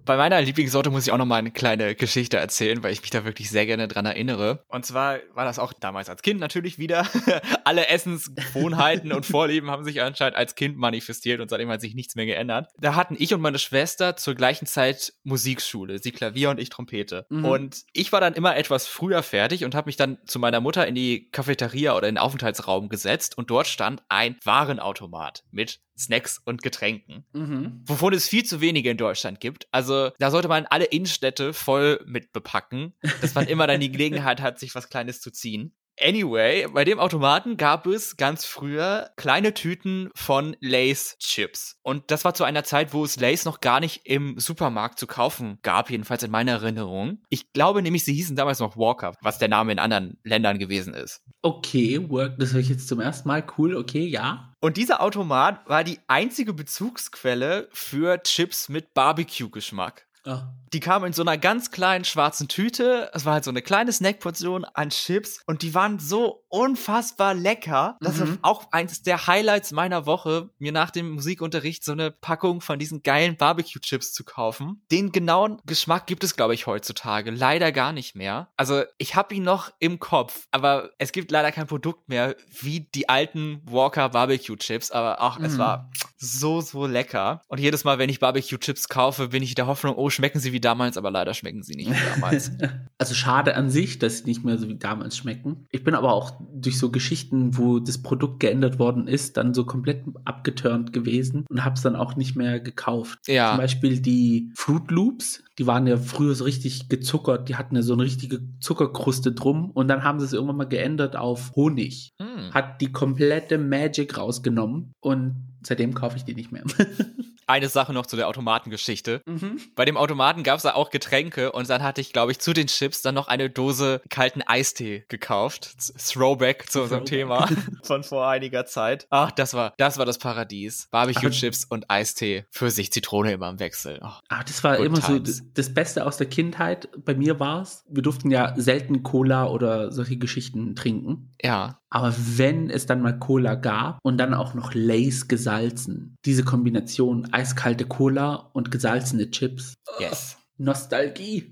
Bei meiner Lieblingssorte muss ich auch noch mal eine kleine Geschichte erzählen, weil ich mich da wirklich sehr gerne dran erinnere. Und zwar war das auch damals als Kind natürlich wieder. Alle Essensgewohnheiten und Vorlieben haben sich anscheinend als Kind manifestiert und seitdem hat sich nichts mehr geändert. Da hatten ich und meine Schwester zur gleichen Zeit Musikschule. Sie Klavier und ich Trompete. Mhm. Und ich war dann immer etwas früher fertig und habe mich dann zu meiner Mutter in die Cafeteria oder in den Aufenthaltsraum gesetzt und dort stand ein Warenautomat mit Snacks und Getränken, mhm. wovon es viel zu wenige in Deutschland gibt. Also da sollte man alle Innenstädte voll mit bepacken, dass man immer dann die Gelegenheit hat, sich was Kleines zu ziehen. Anyway, bei dem Automaten gab es ganz früher kleine Tüten von Lay's-Chips. Und das war zu einer Zeit, wo es Lay's noch gar nicht im Supermarkt zu kaufen gab, jedenfalls in meiner Erinnerung. Ich glaube nämlich, sie hießen damals noch Walker, was der Name in anderen Ländern gewesen ist. Okay, das höre ich jetzt zum ersten Mal. Cool, okay, ja. Und dieser Automat war die einzige Bezugsquelle für Chips mit Barbecue-Geschmack. Oh. Die kamen in so einer ganz kleinen schwarzen Tüte. Es war halt so eine kleine Snackportion an Chips. Und die waren so unfassbar lecker. Das mhm. ist auch eines der Highlights meiner Woche, mir nach dem Musikunterricht so eine Packung von diesen geilen Barbecue-Chips zu kaufen. Den genauen Geschmack gibt es, glaube ich, heutzutage leider gar nicht mehr. Also ich habe ihn noch im Kopf, aber es gibt leider kein Produkt mehr wie die alten Walker Barbecue-Chips. Aber auch, mhm. es war so, so lecker. Und jedes Mal, wenn ich Barbecue-Chips kaufe, bin ich der Hoffnung, oh, schmecken sie wie damals, aber leider schmecken sie nicht wie damals. Also schade an sich, dass sie nicht mehr so wie damals schmecken. Ich bin aber auch durch so Geschichten, wo das Produkt geändert worden ist, dann so komplett abgeturnt gewesen und habe es dann auch nicht mehr gekauft. Ja. Zum Beispiel die Fruit Loops, die waren ja früher so richtig gezuckert, die hatten ja so eine richtige Zuckerkruste drum und dann haben sie es irgendwann mal geändert auf Honig. Hm. Hat die komplette Magic rausgenommen und seitdem kaufe ich die nicht mehr. Eine Sache noch zu der Automatengeschichte. Mhm. Bei dem Automaten gab es da auch Getränke und dann hatte ich, glaube ich, zu den Chips dann noch eine Dose kalten Eistee gekauft. Throwback zu unserem Thema von vor einiger Zeit. Ach, das war das war das Paradies. Barbecue-Chips und Eistee. Pfirsich, Zitrone immer im Wechsel. Oh, ah, das war immer times. so das Beste aus der Kindheit. Bei mir war es, wir durften ja selten Cola oder solche Geschichten trinken. Ja. Aber wenn es dann mal Cola gab und dann auch noch Lay's gesalzen, diese Kombination eiskalte Cola und gesalzene Chips. Yes. Oh, Nostalgie.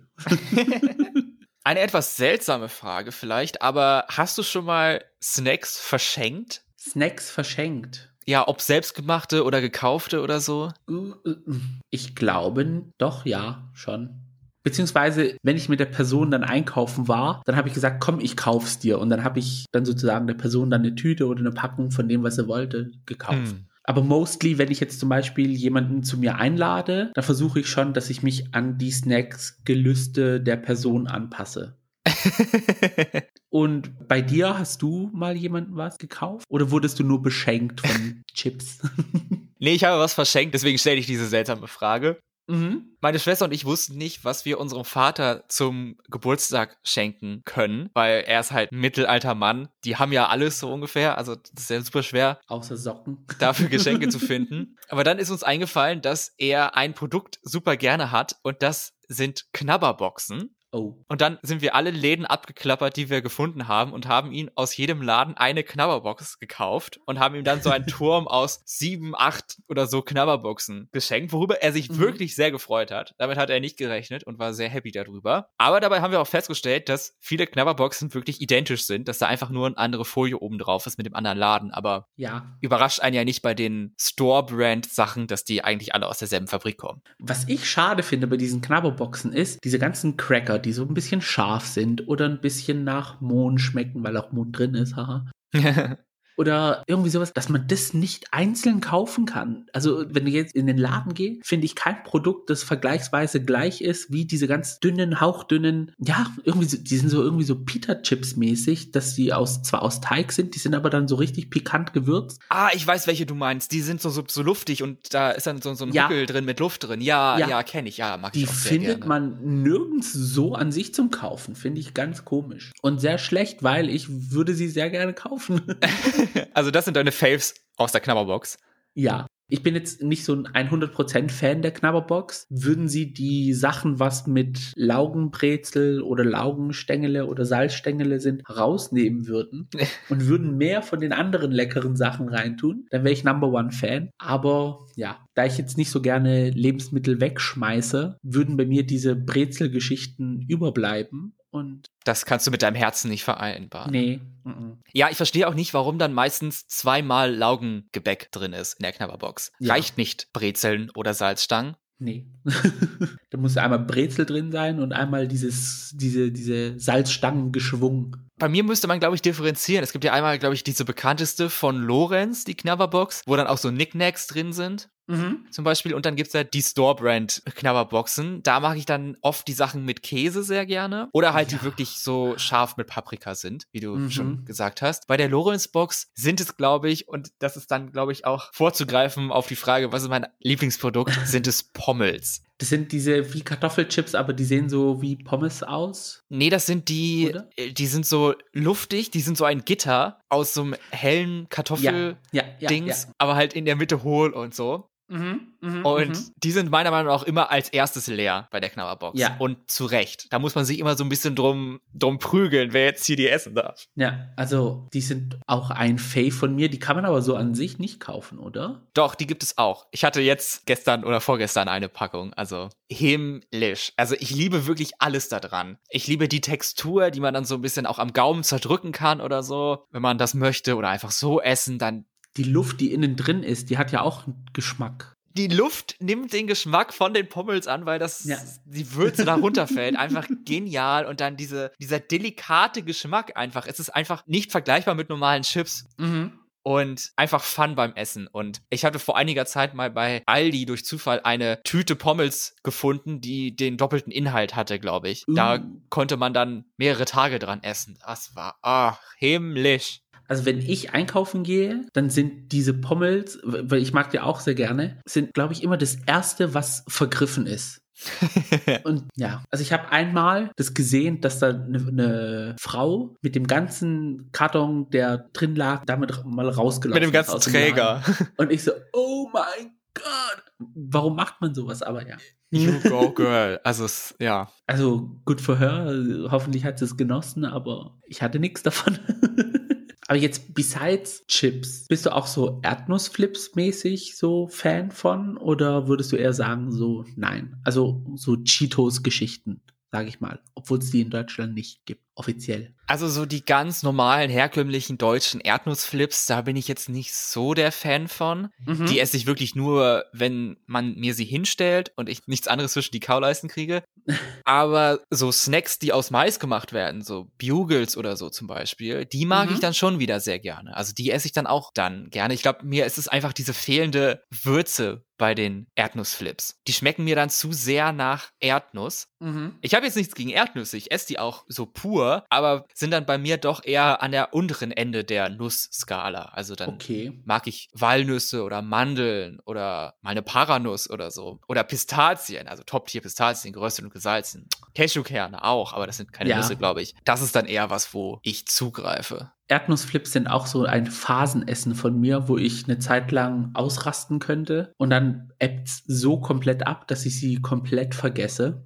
Eine etwas seltsame Frage vielleicht, aber hast du schon mal Snacks verschenkt? Snacks verschenkt? Ja, ob selbstgemachte oder gekaufte oder so? Ich glaube, doch, ja, schon. Beziehungsweise, wenn ich mit der Person dann einkaufen war, dann habe ich gesagt, komm, ich kauf's dir. Und dann habe ich dann sozusagen der Person dann eine Tüte oder eine Packung von dem, was er wollte, gekauft. Hm. Aber mostly, wenn ich jetzt zum Beispiel jemanden zu mir einlade, dann versuche ich schon, dass ich mich an die Snacks-Gelüste der Person anpasse. Und bei dir, hast du mal jemandem was gekauft? Oder wurdest du nur beschenkt von Chips? Nee, ich habe was verschenkt, deswegen stelle ich diese seltsame Frage. Mhm. Meine Schwester und ich wussten nicht, was wir unserem Vater zum Geburtstag schenken können, weil er ist halt ein mittelalter Mann. Die haben ja alles so ungefähr, also das ist ja super schwer. Außer Socken. Dafür Geschenke zu finden. Aber dann ist uns eingefallen, dass er ein Produkt super gerne hat und das sind Knabberboxen. Oh. Und dann sind wir alle Läden abgeklappert, die wir gefunden haben und haben ihn aus jedem Laden eine Knabberbox gekauft und haben ihm dann so einen Turm aus sieben, acht oder so Knabberboxen geschenkt, worüber er sich mhm. wirklich sehr gefreut hat. Damit hat er nicht gerechnet und war sehr happy darüber. Aber dabei haben wir auch festgestellt, dass viele Knabberboxen wirklich identisch sind, dass da einfach nur eine andere Folie oben drauf ist mit dem anderen Laden. Aber ja. Überrascht einen ja nicht bei den Store-Brand-Sachen, dass die eigentlich alle aus derselben Fabrik kommen. Was ich schade finde bei diesen Knabberboxen ist, diese ganzen Cracker, die so ein bisschen scharf sind oder ein bisschen nach Mohn schmecken, weil auch Mohn drin ist, haha. Oder irgendwie sowas, dass man das nicht einzeln kaufen kann. Also wenn du jetzt in den Laden gehst, finde ich kein Produkt, das vergleichsweise gleich ist wie diese ganz dünnen, hauchdünnen, ja, irgendwie so, die sind so irgendwie so Pita-Chips mäßig, dass die aus, zwar aus Teig sind, die sind aber dann so richtig pikant gewürzt. Ah, ich weiß, welche du meinst. Die sind so, so, so luftig und da ist dann so, so ein ja. Huckel drin mit Luft drin. Ja, ja, ja kenne ich. Ja, mag ich die auch sehr gerne. Die findet man nirgends so an sich zum Kaufen. Finde ich ganz komisch. Und sehr schlecht, weil ich würde sie sehr gerne kaufen. Also das sind deine Faves aus der Knabberbox? Ja. Ich bin jetzt nicht so ein hundert Prozent Fan der Knabberbox. Würden Sie die Sachen, was mit Laugenbrezel oder Laugenstängele oder Salzstängele sind, rausnehmen würden und würden mehr von den anderen leckeren Sachen reintun, dann wäre ich Number One Fan. Aber ja, da ich jetzt nicht so gerne Lebensmittel wegschmeiße, würden bei mir diese Brezelgeschichten überbleiben. Und das kannst du mit deinem Herzen nicht vereinbaren. Nee. Mm-mm. Ja, ich verstehe auch nicht, warum dann meistens zweimal Laugengebäck drin ist in der Knabberbox. Ja. Reicht nicht Brezeln oder Salzstangen? Nee. Da muss einmal Brezel drin sein und einmal dieses, diese, diese Salzstangen geschwungen. Bei mir müsste man, glaube ich, differenzieren. Es gibt ja einmal, glaube ich, diese bekannteste von Lorenz, die Knabberbox, wo dann auch so Knickknacks drin sind. Mhm. Zum Beispiel. Und dann gibt's ja die Store-Brand-Knabberboxen. Da mache ich dann oft die Sachen mit Käse sehr gerne. Oder halt ja. die wirklich so scharf mit Paprika sind, wie du mhm. schon gesagt hast. Bei der Lorenz-Box sind es, glaube ich, und das ist dann, glaube ich, auch vorzugreifen auf die Frage, was ist mein Lieblingsprodukt, sind es Pommels. Das sind diese wie Kartoffelchips, aber die sehen so wie Pommes aus? Nee, das sind die, Oder? die sind so luftig, die sind so ein Gitter aus so einem hellen Kartoffel-Dings, ja, ja, ja, ja. aber halt in der Mitte hohl und so. Mhm, mh, und mh. die sind meiner Meinung nach auch immer als erstes leer bei der Knabberbox. Ja. Und zu Recht. Da muss man sich immer so ein bisschen drum, drum prügeln, wer jetzt hier die essen darf. Ja, also die sind auch ein Fave von mir. Die kann man aber so an sich nicht kaufen, oder? Doch, die gibt es auch. Ich hatte jetzt gestern oder vorgestern eine Packung. Also himmlisch. Also ich liebe wirklich alles da dran. Ich liebe die Textur, die man dann so ein bisschen auch am Gaumen zerdrücken kann oder so. Wenn man das möchte oder einfach so essen, dann die Luft, die innen drin ist, die hat ja auch einen Geschmack. Die Luft nimmt den Geschmack von den Pommels an, weil das ja. die Würze da runterfällt. Einfach genial. Und dann diese, dieser delikate Geschmack einfach. Es ist einfach nicht vergleichbar mit normalen Chips. Mhm. Und einfach Fun beim Essen. Und ich hatte vor einiger Zeit mal bei Aldi durch Zufall eine Tüte Pommels gefunden, die den doppelten Inhalt hatte, glaube ich. Uh. Da konnte man dann mehrere Tage dran essen. Das war, ach, himmlisch. Also wenn ich einkaufen gehe, dann sind diese Pommels, weil ich mag die auch sehr gerne, sind, glaube ich, immer das Erste, was vergriffen ist. Und ja, also ich habe einmal das gesehen, dass da eine, eine Frau mit dem ganzen Karton, der drin lag, damit mal rausgelaufen ist. Mit dem ganzen Träger. Und ich so, oh mein Gott, warum macht man sowas? Aber ja. You go girl. Also es, ja. Also good for her. Hoffentlich hat sie es genossen, aber ich hatte nichts davon. Aber jetzt, besides Chips, bist du auch so Erdnussflips-mäßig so Fan von? Oder würdest du eher sagen, so nein? Also so Cheetos-Geschichten, sage ich mal. Obwohl es die in Deutschland nicht gibt, offiziell. Also so die ganz normalen, herkömmlichen deutschen Erdnussflips, da bin ich jetzt nicht so der Fan von. Mhm. Die esse ich wirklich nur, wenn man mir sie hinstellt und ich nichts anderes zwischen die Kauleisten kriege. Aber so Snacks, die aus Mais gemacht werden, so Bugles oder so zum Beispiel, die mag mhm. ich dann schon wieder sehr gerne. Also die esse ich dann auch dann gerne. Ich glaube, mir ist es einfach diese fehlende Würze bei den Erdnussflips. Die schmecken mir dann zu sehr nach Erdnuss. Mhm. Ich habe jetzt nichts gegen Erdnüsse, ich esse die auch so pur, aber sind dann bei mir doch eher an der unteren Ende der Nussskala. Also dann okay. mag ich Walnüsse oder Mandeln oder mal eine Paranuss oder so. Oder Pistazien, also Top-Tier-Pistazien, geröstet und gesalzen. Cashewkerne auch, aber das sind keine ja. Nüsse, glaube ich. Das ist dann eher was, wo ich zugreife. Erdnussflips sind auch so ein Phasenessen von mir, wo ich eine Zeit lang ausrasten könnte und dann ebbt's so komplett ab, dass ich sie komplett vergesse.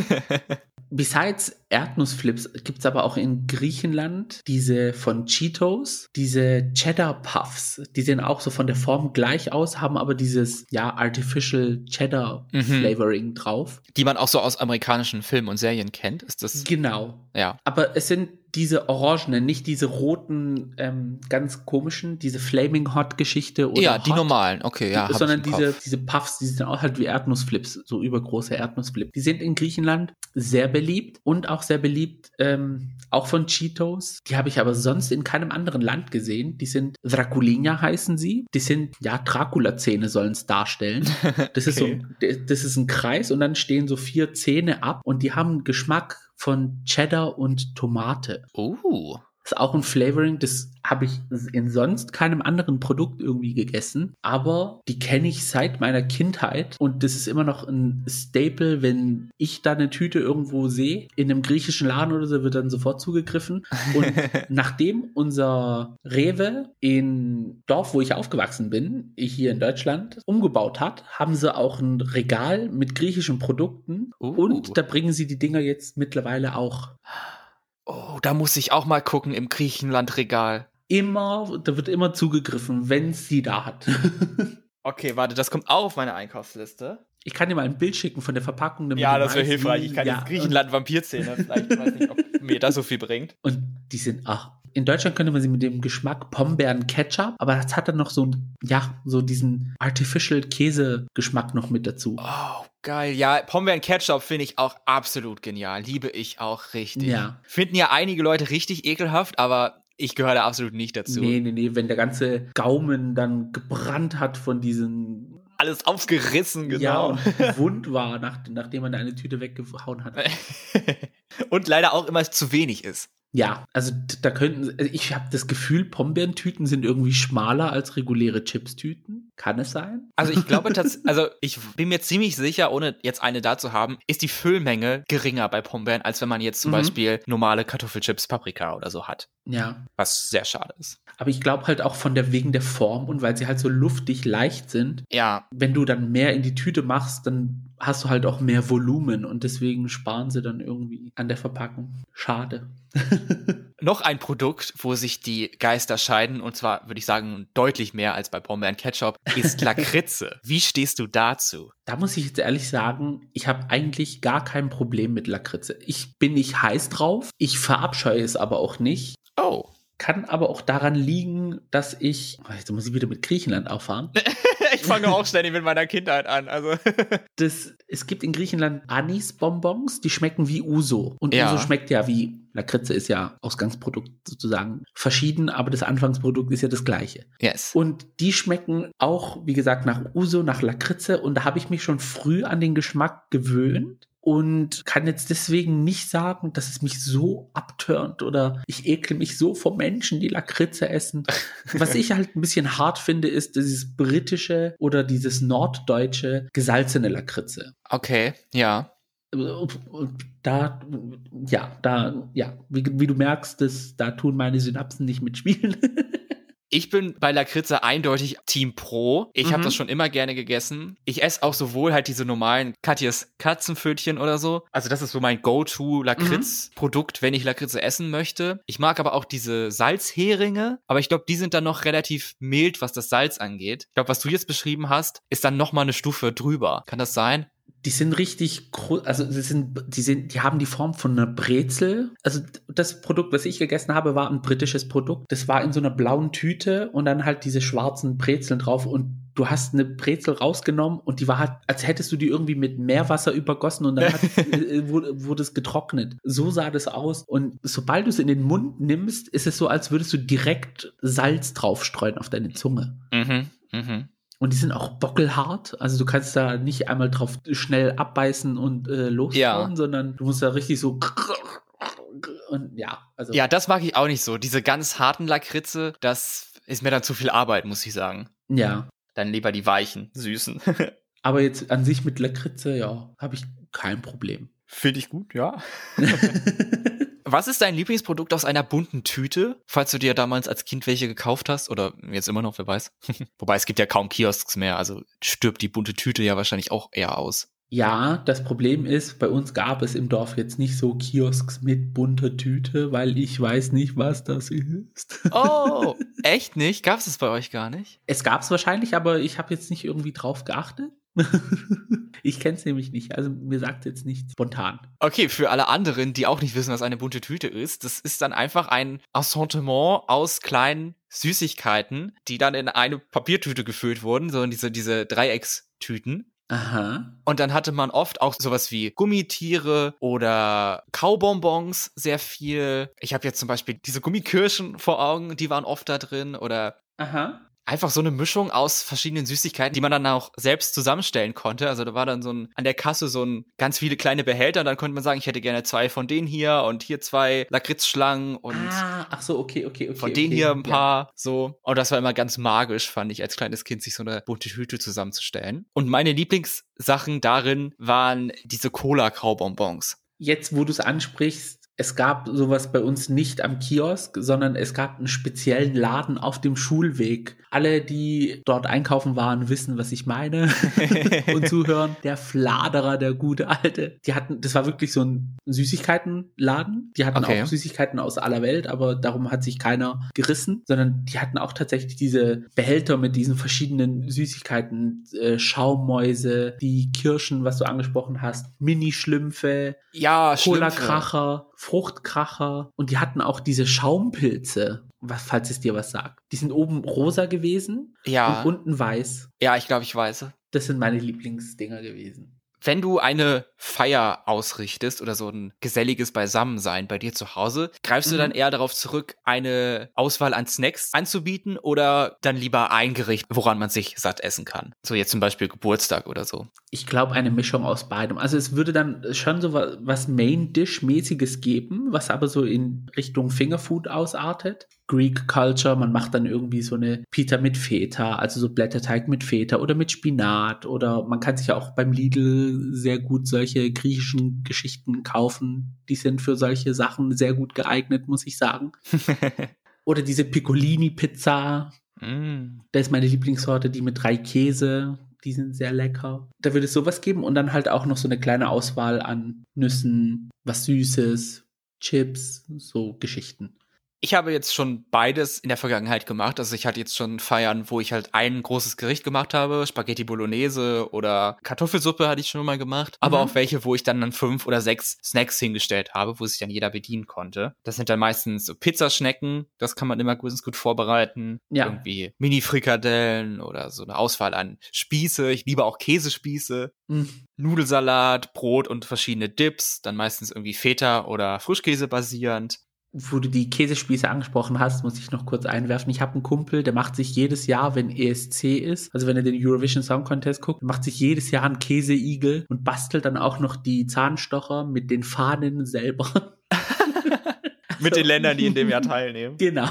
Besides Erdnussflips gibt's aber auch in Griechenland diese von Cheetos, diese Cheddar Puffs. Die sehen auch so von der Form gleich aus, haben aber dieses, ja, Artificial Cheddar mhm. Flavoring drauf. Die man auch so aus amerikanischen Filmen und Serien kennt, ist das? Genau. Ja. Aber es sind diese orangenen, nicht diese roten, ähm, ganz komischen, diese Flaming Hot Geschichte oder ja, die Hot, normalen, okay, ja. Die, sondern diese, diese Puffs, die sind auch halt wie Erdnussflips, so übergroße Erdnussflips. Die sind in Griechenland sehr beliebt und auch sehr beliebt, ähm, auch von Cheetos. Die habe ich aber sonst in keinem anderen Land gesehen. Die sind Draculinia heißen sie. Die sind, ja, Dracula-Zähne sollen es darstellen. Das ist okay. so, das ist ein Kreis und dann stehen so vier Zähne ab und die haben Geschmack von Cheddar und Tomate. Uh. ist auch ein Flavoring, das habe ich in sonst keinem anderen Produkt irgendwie gegessen, aber die kenne ich seit meiner Kindheit und das ist immer noch ein Staple, wenn ich da eine Tüte irgendwo sehe, in einem griechischen Laden oder so, wird dann sofort zugegriffen. Und nachdem unser Rewe in Dorf, wo ich aufgewachsen bin, hier in Deutschland, umgebaut hat, haben sie auch ein Regal mit griechischen Produkten Uh. und da bringen sie die Dinger jetzt mittlerweile auch. Oh, da muss ich auch mal gucken im Griechenland-Regal. Immer, da wird immer zugegriffen, wenn es sie da hat. Okay, warte, das kommt auch auf meine Einkaufsliste. Ich kann dir mal ein Bild schicken von der Verpackung. Damit Ja, du das wäre weißt, hilfreich. wie- Ich kann ja, jetzt Griechenland-Vampirzähne. Vielleicht, ich weiß nicht, ob mir das so viel bringt. Und die sind, ach, in Deutschland könnte man sie mit dem Geschmack Pombeeren-Ketchup, aber das hat dann noch so ein, ja, so diesen Artificial-Käse-Geschmack noch mit dazu. Oh, geil. Ja, Pombeeren-Ketchup finde ich auch absolut genial. Liebe ich auch richtig. Ja. Finden ja einige Leute richtig ekelhaft, aber ich gehöre da absolut nicht dazu. Nee, nee, nee, wenn der ganze Gaumen dann gebrannt hat von diesen, Alles aufgerissen, genau. ja, und wund war, nach, nachdem man da eine Tüte weggehauen hat. Und leider auch immer zu wenig ist. Ja, also d- da könnten, also ich habe das Gefühl, Pombeertüten sind irgendwie schmaler als reguläre Chipstüten. Kann es sein? Also ich glaube tatsächlich, also ich bin mir ziemlich sicher, ohne jetzt eine da zu haben, ist die Füllmenge geringer bei Pombeeren, als wenn man jetzt zum Mhm. Beispiel normale Kartoffelchips, Paprika oder so hat. Ja. Was sehr schade ist. Aber ich glaube halt auch von der wegen der Form und weil sie halt so luftig leicht sind, Ja, wenn du dann mehr in die Tüte machst, dann hast du halt auch mehr Volumen und deswegen sparen sie dann irgendwie an der Verpackung. Schade. noch ein Produkt, wo sich die Geister scheiden, und zwar würde ich sagen deutlich mehr als bei Pombeeren Ketchup, ist Lakritze. Wie stehst du dazu? Da muss ich jetzt ehrlich sagen, ich habe eigentlich gar kein Problem mit Lakritze. Ich bin nicht heiß drauf, ich verabscheue es aber auch nicht. Oh. Kann aber auch daran liegen, dass ich, oh, jetzt muss ich wieder mit Griechenland auffahren. Ich fange auch ständig mit meiner Kindheit an. Also. Das, es gibt in Griechenland Anis-Bonbons, die schmecken wie Uso. Und Ja. Uso schmeckt ja wie, Lakritze ist ja Ausgangsprodukt sozusagen verschieden, aber das Anfangsprodukt ist ja das gleiche. Yes. Und die schmecken auch, wie gesagt, nach Uso, nach Lakritze. Und da habe ich mich schon früh an den Geschmack gewöhnt. Und kann jetzt deswegen nicht sagen, dass es mich so abturnt oder ich ekle mich so vor Menschen, die Lakritze essen. Was ich halt ein bisschen hart finde, ist dieses britische oder dieses norddeutsche gesalzene Lakritze. Okay, ja. Da, ja, da, ja, wie, wie du merkst, das, da tun meine Synapsen nicht mitspielen. Ich bin bei Lakritze eindeutig Team Pro. Ich Mhm. habe das schon immer gerne gegessen. Ich esse auch sowohl halt diese normalen Katjes Katzenpfötchen oder so. Also das ist so mein Go-To-Lakritz-Produkt, wenn ich Lakritze essen möchte. Ich mag aber auch diese Salzheringe, aber ich glaube, die sind dann noch relativ mild, was das Salz angeht. Ich glaube, was du jetzt beschrieben hast, ist dann noch mal eine Stufe drüber. Kann das sein? Die sind richtig, gro- also sie sind, die sind, die haben die Form von einer Brezel. Also das Produkt, was ich gegessen habe, war ein britisches Produkt. Das war in so einer blauen Tüte und dann halt diese schwarzen Brezeln drauf und du hast eine Brezel rausgenommen und die war halt, als hättest du die irgendwie mit Meerwasser übergossen und dann hat, äh, wurde, wurde es getrocknet. So sah das aus. Und sobald du es in den Mund nimmst, ist es so, als würdest du direkt Salz draufstreuen auf deine Zunge. Mhm, mhm. Und die sind auch bockelhart. Also du kannst da nicht einmal drauf schnell abbeißen und äh, loskauen, Ja. sondern du musst da richtig so und ja, also Ja, das mag ich auch nicht so. Diese ganz harten Lakritze, das ist mir dann zu viel Arbeit, muss ich sagen. ja. Dann lieber die weichen, süßen. Aber jetzt an sich mit Lakritze, ja, habe ich kein Problem. Finde ich gut, ja. Was ist dein Lieblingsprodukt aus einer bunten Tüte, falls du dir damals als Kind welche gekauft hast? Oder jetzt immer noch, wer weiß. Wobei es gibt ja kaum Kiosks mehr, also stirbt die bunte Tüte ja wahrscheinlich auch eher aus. Ja, das Problem ist, bei uns gab es im Dorf jetzt nicht so Kiosks mit bunter Tüte, weil ich weiß nicht, was das ist. Oh, echt nicht? Gab es das bei euch gar nicht? Es gab es wahrscheinlich, aber ich habe jetzt nicht irgendwie drauf geachtet. Ich kenne es nämlich nicht, also mir sagt jetzt nichts spontan. Okay, für alle anderen, die auch nicht wissen, was eine bunte Tüte ist, das ist dann einfach ein Assortiment aus kleinen Süßigkeiten, die dann in eine Papiertüte gefüllt wurden, so in diese, diese Dreieckstüten. Aha. Und dann hatte man oft auch sowas wie Gummitiere oder Kaubonbons sehr viel. Ich habe jetzt zum Beispiel diese Gummikirschen vor Augen, die waren oft da drin. Oder Aha. einfach so eine Mischung aus verschiedenen Süßigkeiten, die man dann auch selbst zusammenstellen konnte. Also da war dann so ein, an der Kasse so ein ganz viele kleine Behälter und dann konnte man sagen, ich hätte gerne zwei von denen hier und hier zwei Lakritzschlangen und ah, ach so, okay, okay, okay. von denen okay, hier ein paar, ja. so. Und das war immer ganz magisch, fand ich, als kleines Kind, sich so eine bunte Tüte zusammenzustellen. Und meine Lieblingssachen darin waren diese Cola-Kaubonbons. Jetzt, wo du es ansprichst, es gab sowas bei uns nicht am Kiosk, sondern es gab einen speziellen Laden auf dem Schulweg. Alle, die dort einkaufen waren, wissen, was ich meine und zuhören. Der Fladerer, der gute Alte. Die hatten, das war wirklich so ein Süßigkeitenladen. Die hatten Okay. auch Süßigkeiten aus aller Welt, aber darum hat sich keiner gerissen, sondern die hatten auch tatsächlich diese Behälter mit diesen verschiedenen Süßigkeiten, äh, Schaummäuse, die Kirschen, was du angesprochen hast, Mini-Schlümpfe, Ja, Cola-Kracher, Fruchtkracher und die hatten auch diese Schaumpilze, was, falls es dir was sagt. Die sind oben rosa gewesen Ja. und unten weiß. Ja, ich glaube, ich weiß. Das sind meine Lieblingsdinger gewesen. Wenn du eine Feier ausrichtest oder so ein geselliges Beisammensein bei dir zu Hause, greifst du Mhm. dann eher darauf zurück, eine Auswahl an Snacks anzubieten oder dann lieber ein Gericht, woran man sich satt essen kann? So jetzt zum Beispiel Geburtstag oder so. Ich glaube, eine Mischung aus beidem. Also es würde dann schon so wa- was Main-Dish-mäßiges geben, was aber so in Richtung Fingerfood ausartet. Greek Culture, man macht dann irgendwie so eine Pita mit Feta, also so Blätterteig mit Feta oder mit Spinat oder man kann sich ja auch beim Lidl sehr gut solche griechischen Geschichten kaufen. Die sind für solche Sachen sehr gut geeignet, muss ich sagen. Oder diese Piccolini-Pizza, Mm. das ist meine Lieblingssorte, die mit drei Käse. Die sind sehr lecker. Da würde es sowas geben und dann halt auch noch so eine kleine Auswahl an Nüssen, was Süßes, Chips, so Geschichten. Ich habe jetzt schon beides in der Vergangenheit gemacht. Also ich hatte jetzt schon Feiern, wo ich halt ein großes Gericht gemacht habe, Spaghetti Bolognese oder Kartoffelsuppe hatte ich schon mal gemacht. Aber Mhm. auch welche, wo ich dann, dann fünf oder sechs Snacks hingestellt habe, wo sich dann jeder bedienen konnte. Das sind dann meistens so Pizzaschnecken, das kann man immer gut, gut vorbereiten. Ja. Irgendwie Mini-Frikadellen oder so eine Auswahl an Spieße. Ich liebe auch Käsespieße. Mhm. Nudelsalat, Brot und verschiedene Dips, dann meistens irgendwie Feta oder Frischkäse basierend. Wo du die Käsespieße angesprochen hast, muss ich noch kurz einwerfen. Ich habe einen Kumpel, der macht sich jedes Jahr, wenn E S C ist, also wenn er den Eurovision Song Contest guckt, macht sich jedes Jahr einen Käseigel und bastelt dann auch noch die Zahnstocher mit den Fahnen selber. Mit den Ländern, die in dem Jahr teilnehmen. Genau.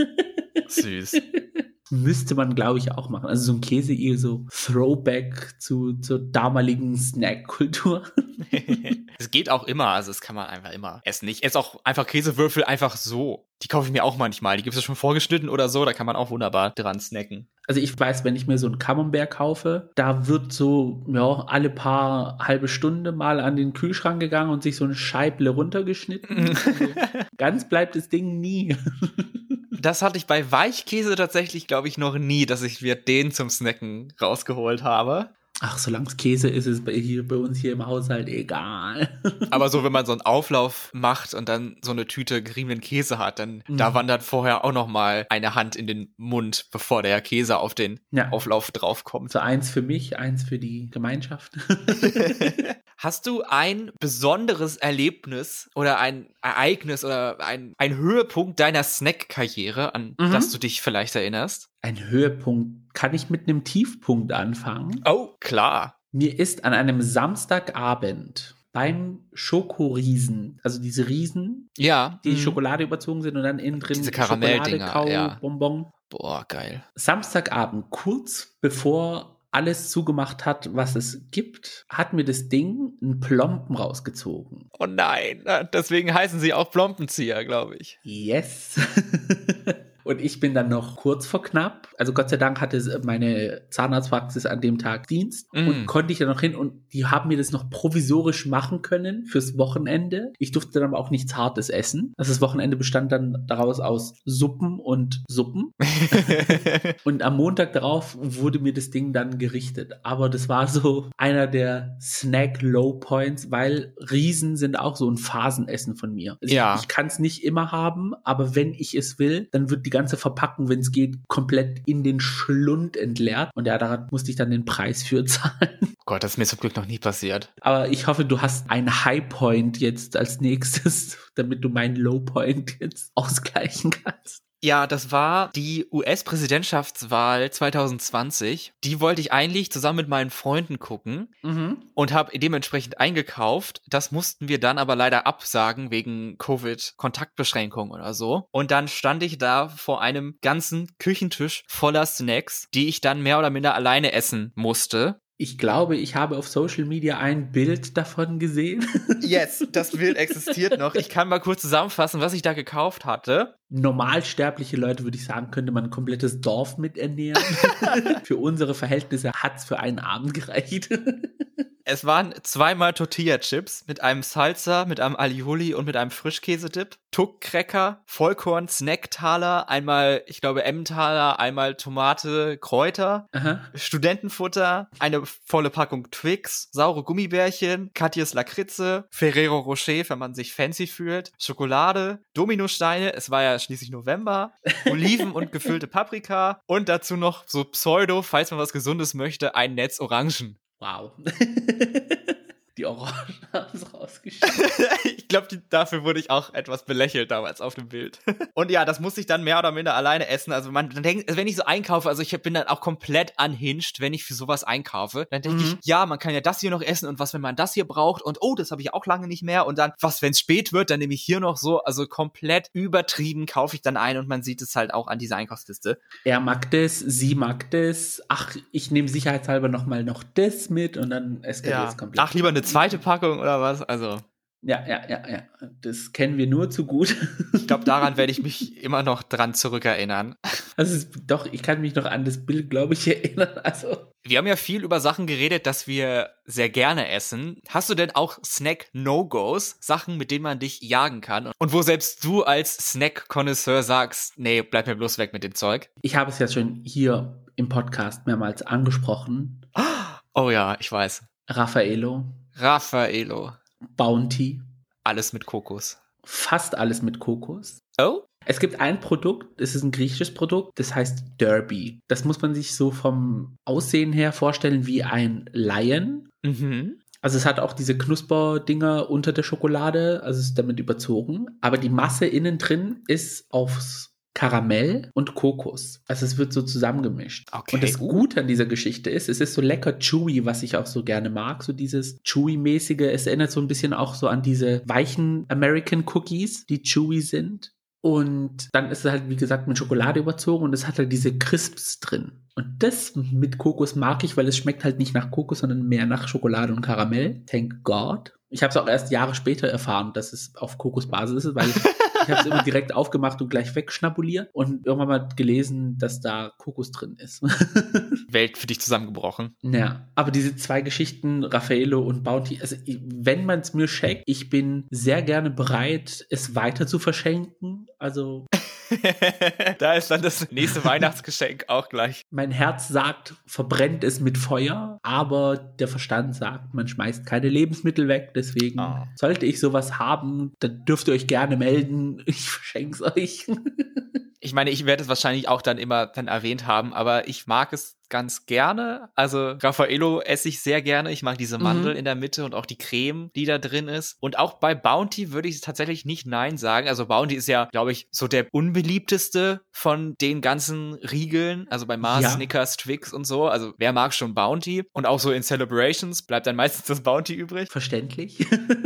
Süß. Müsste man, glaube ich, auch machen. Also so ein Käseigel, so Throwback zu, zur damaligen Snackkultur. Es geht auch immer, also das kann man einfach immer essen. Ich esse auch einfach Käsewürfel einfach so. Die kaufe ich mir auch manchmal. Die gibt es ja schon vorgeschnitten oder so, da kann man auch wunderbar dran snacken. Also ich weiß, wenn ich mir so einen Camembert kaufe, da wird so, ja, alle paar halbe Stunde mal an den Kühlschrank gegangen und sich so eine Scheible runtergeschnitten. Also ganz bleibt das Ding nie. Das hatte ich bei Weichkäse tatsächlich, glaube ich, noch nie, dass ich mir den zum Snacken rausgeholt habe. Ach, solange es Käse ist, ist bei, hier, bei uns hier im Haushalt egal. Aber so, wenn man so einen Auflauf macht und dann so eine Tüte geriebenen Käse hat, dann Mhm. da wandert vorher auch noch mal eine Hand in den Mund, bevor der Käse auf den Ja. Auflauf draufkommt. So eins für mich, eins für die Gemeinschaft. Hast du ein besonderes Erlebnis oder ein Ereignis oder ein, ein Höhepunkt deiner Snack-Karriere, an Mhm. das du dich vielleicht erinnerst? Ein Höhepunkt. Kann ich mit einem Tiefpunkt anfangen? Oh, klar. Mir ist an einem Samstagabend beim Schokoriesen, also diese Riesen, Ja. die mhm. Schokolade überzogen sind und dann innen drin Diese Karamelldinger, Schokolade, ja. Kau, Bonbon. Boah, geil. Samstagabend, kurz bevor alles zugemacht hat, was es gibt, hat mir das Ding einen Plomben rausgezogen. Oh nein, deswegen heißen sie auch Plompenzieher, glaube ich. Yes. Und ich bin dann noch kurz vor knapp. Also Gott sei Dank hatte meine Zahnarztpraxis an dem Tag Dienst Mm. und konnte ich da noch hin und die haben mir das noch provisorisch machen können fürs Wochenende. Ich durfte dann aber auch nichts Hartes essen. Also das Wochenende bestand dann daraus aus Suppen und Suppen. Und am Montag darauf wurde mir das Ding dann gerichtet. Aber das war so einer der Snack-Low-Points, weil Riesen sind auch so ein Phasenessen von mir. Also Ja. Ich, ich kann es nicht immer haben, aber wenn ich es will, dann wird die ganze Verpackung, wenn es geht, komplett in den Schlund entleert. Und ja, daran musste ich dann den Preis für zahlen. Gott, das ist mir zum Glück noch nie passiert. Aber ich hoffe, du hast einen High-Point jetzt als nächstes, damit du meinen Low-Point jetzt ausgleichen kannst. Ja, das war die U S-Präsidentschaftswahl zwanzig zwanzig. Die wollte ich eigentlich zusammen mit meinen Freunden gucken Mhm. und habe dementsprechend eingekauft. Das mussten wir dann aber leider absagen wegen Covid-Kontaktbeschränkungen oder so. Und dann stand ich da vor einem ganzen Küchentisch voller Snacks, die ich dann mehr oder minder alleine essen musste. Ich glaube, ich habe auf Social Media ein Bild davon gesehen. Yes, das Bild existiert noch. Ich kann mal kurz zusammenfassen, was ich da gekauft hatte. Normalsterbliche Leute, würde ich sagen, könnte man ein komplettes Dorf mit ernähren. Für unsere Verhältnisse hat's für einen Abend gereicht. Es waren zweimal Tortilla-Chips mit einem Salsa, mit einem Alioli und mit einem Frischkäsedip. Tuck-Cracker, Vollkorn-Snacktaler, einmal, ich glaube, Emmentaler, einmal Tomate, Kräuter, Aha. Studentenfutter, eine volle Packung Twix, saure Gummibärchen, Katjes Lakritze, Ferrero Rocher, wenn man sich fancy fühlt, Schokolade, Dominosteine, es war ja schließlich November, Oliven und gefüllte Paprika und dazu noch so Pseudo, falls man was Gesundes möchte, ein Netz Orangen. Wow. Die Orangen haben es rausgeschickt. Ich glaube, dafür wurde ich auch etwas belächelt damals auf dem Bild. Und ja, das musste ich dann mehr oder minder alleine essen. Also man dann denkt, wenn ich so einkaufe, also ich bin dann auch komplett unhinged, wenn ich für sowas einkaufe. Dann denke Mhm. ich, ja, man kann ja das hier noch essen und was, wenn man das hier braucht und oh, das habe ich auch lange nicht mehr und dann, was, wenn es spät wird, dann nehme ich hier noch so, also komplett übertrieben kaufe ich dann ein und man sieht es halt auch an dieser Einkaufsliste. Er mag das, sie mag das. Ach, ich nehme sicherheitshalber noch mal noch das mit und dann eskaliert es komplett. Ach, lieber eine zweite Packung oder was? Also Ja, ja, ja, ja. Das kennen wir nur zu gut. ich glaube, daran werde ich mich immer noch dran zurückerinnern. Also es, doch, ich kann mich noch an das Bild, glaube ich, erinnern. Also Wir haben ja viel über Sachen geredet, dass wir sehr gerne essen. Hast du denn auch Snack-No-Gos? Sachen, mit denen man dich jagen kann? Und wo selbst du als Snack-Connoisseur sagst, nee, bleib mir bloß weg mit dem Zeug? ich habe es ja schon hier im Podcast mehrmals angesprochen. Oh ja, ich weiß. Raffaello, Raffaello. Bounty, Alles mit Kokos. fast alles mit Kokos. Oh? Es gibt ein Produkt, es ist ein griechisches Produkt, das heißt Derby. Das muss man sich so vom Aussehen her vorstellen wie ein Lion. Mhm. Also es hat auch diese Knusperdinger unter der Schokolade, also es ist damit überzogen. Aber die Masse innen drin ist aufs Karamell und Kokos. Also es wird so zusammengemischt. Okay. Und das Gute an dieser Geschichte ist, es ist so lecker chewy, was ich auch so gerne mag. So dieses chewy-mäßige, es erinnert so ein bisschen auch so an diese weichen American Cookies, die chewy sind. Und dann ist es halt, wie gesagt, mit Schokolade überzogen und es hat halt diese Crisps drin. Und das mit Kokos mag ich, weil es schmeckt halt nicht nach Kokos, sondern mehr nach Schokolade und Karamell. Thank God. Ich habe es auch erst Jahre später erfahren, dass es auf Kokosbasis ist, weil ich, ich habe es immer direkt aufgemacht und gleich wegschnabuliert und irgendwann mal gelesen, dass da Kokos drin ist. Welt für dich zusammengebrochen. Ja, aber diese zwei Geschichten, Raffaello und Bounty, also wenn man es mir schenkt, ich bin sehr gerne bereit, es weiter zu verschenken. Also Da ist dann das nächste Weihnachtsgeschenk auch gleich. mein Herz sagt, verbrennt es mit Feuer, aber der Verstand sagt, man schmeißt keine Lebensmittel weg. Deswegen Oh. sollte ich sowas haben, dann dürft ihr euch gerne melden. Ich verschenke es euch. Ich meine, ich werde es wahrscheinlich auch dann immer dann erwähnt haben, aber ich mag es ganz gerne. Also Raffaello esse ich sehr gerne. Ich mag diese Mandel Mhm. in der Mitte und auch die Creme, die da drin ist. Und auch bei Bounty würde ich tatsächlich nicht Nein sagen. Also Bounty ist ja, glaube ich, so der unbeliebteste von den ganzen Riegeln. Also bei Mars, Ja. Snickers, Twix und so. Also wer mag schon Bounty? Und auch so in Celebrations bleibt dann meistens das Bounty übrig. Verständlich.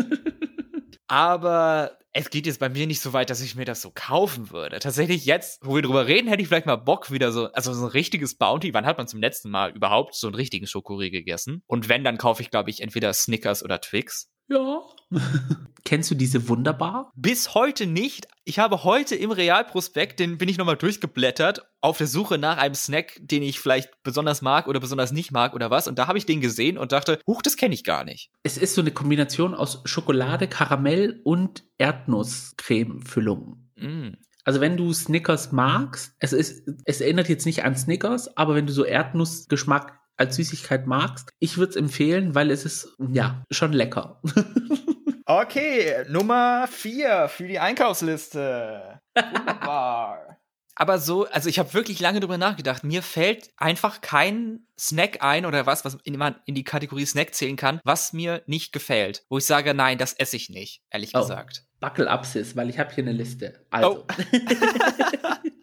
Aber es geht jetzt bei mir nicht so weit, dass ich mir das so kaufen würde. Tatsächlich jetzt, wo wir drüber reden, hätte ich vielleicht mal Bock wieder so, also so ein richtiges Bounty. Wann hat man zum letzten Mal überhaupt so einen richtigen Schokoriegel gegessen? Und wenn, dann kaufe ich, glaube ich, entweder Snickers oder Twix. Ja. Kennst du diese Wunderbar? Bis heute nicht. Ich habe heute im Realprospekt, den bin ich nochmal durchgeblättert, auf der Suche nach einem Snack, den ich vielleicht besonders mag oder besonders nicht mag oder was. Und da habe ich den gesehen und dachte, huch, das kenne ich gar nicht. Es ist so eine Kombination aus Schokolade, Karamell und Erdnusscreme-Füllung. Mm. Also wenn du Snickers magst, es ist, es erinnert jetzt nicht an Snickers, aber wenn du so Erdnussgeschmack als Süßigkeit magst, ich würde es empfehlen, weil es ist, ja, schon lecker. Okay, Nummer vier für die Einkaufsliste. Wunderbar. Aber so, also ich habe wirklich lange drüber nachgedacht. Mir fällt einfach kein Snack ein oder was, was in, in die Kategorie Snack zählen kann, was mir nicht gefällt. Wo ich sage, nein, das esse ich nicht, ehrlich Oh. gesagt. Buckle up, Sis, weil ich habe hier eine Liste. Also, Oh.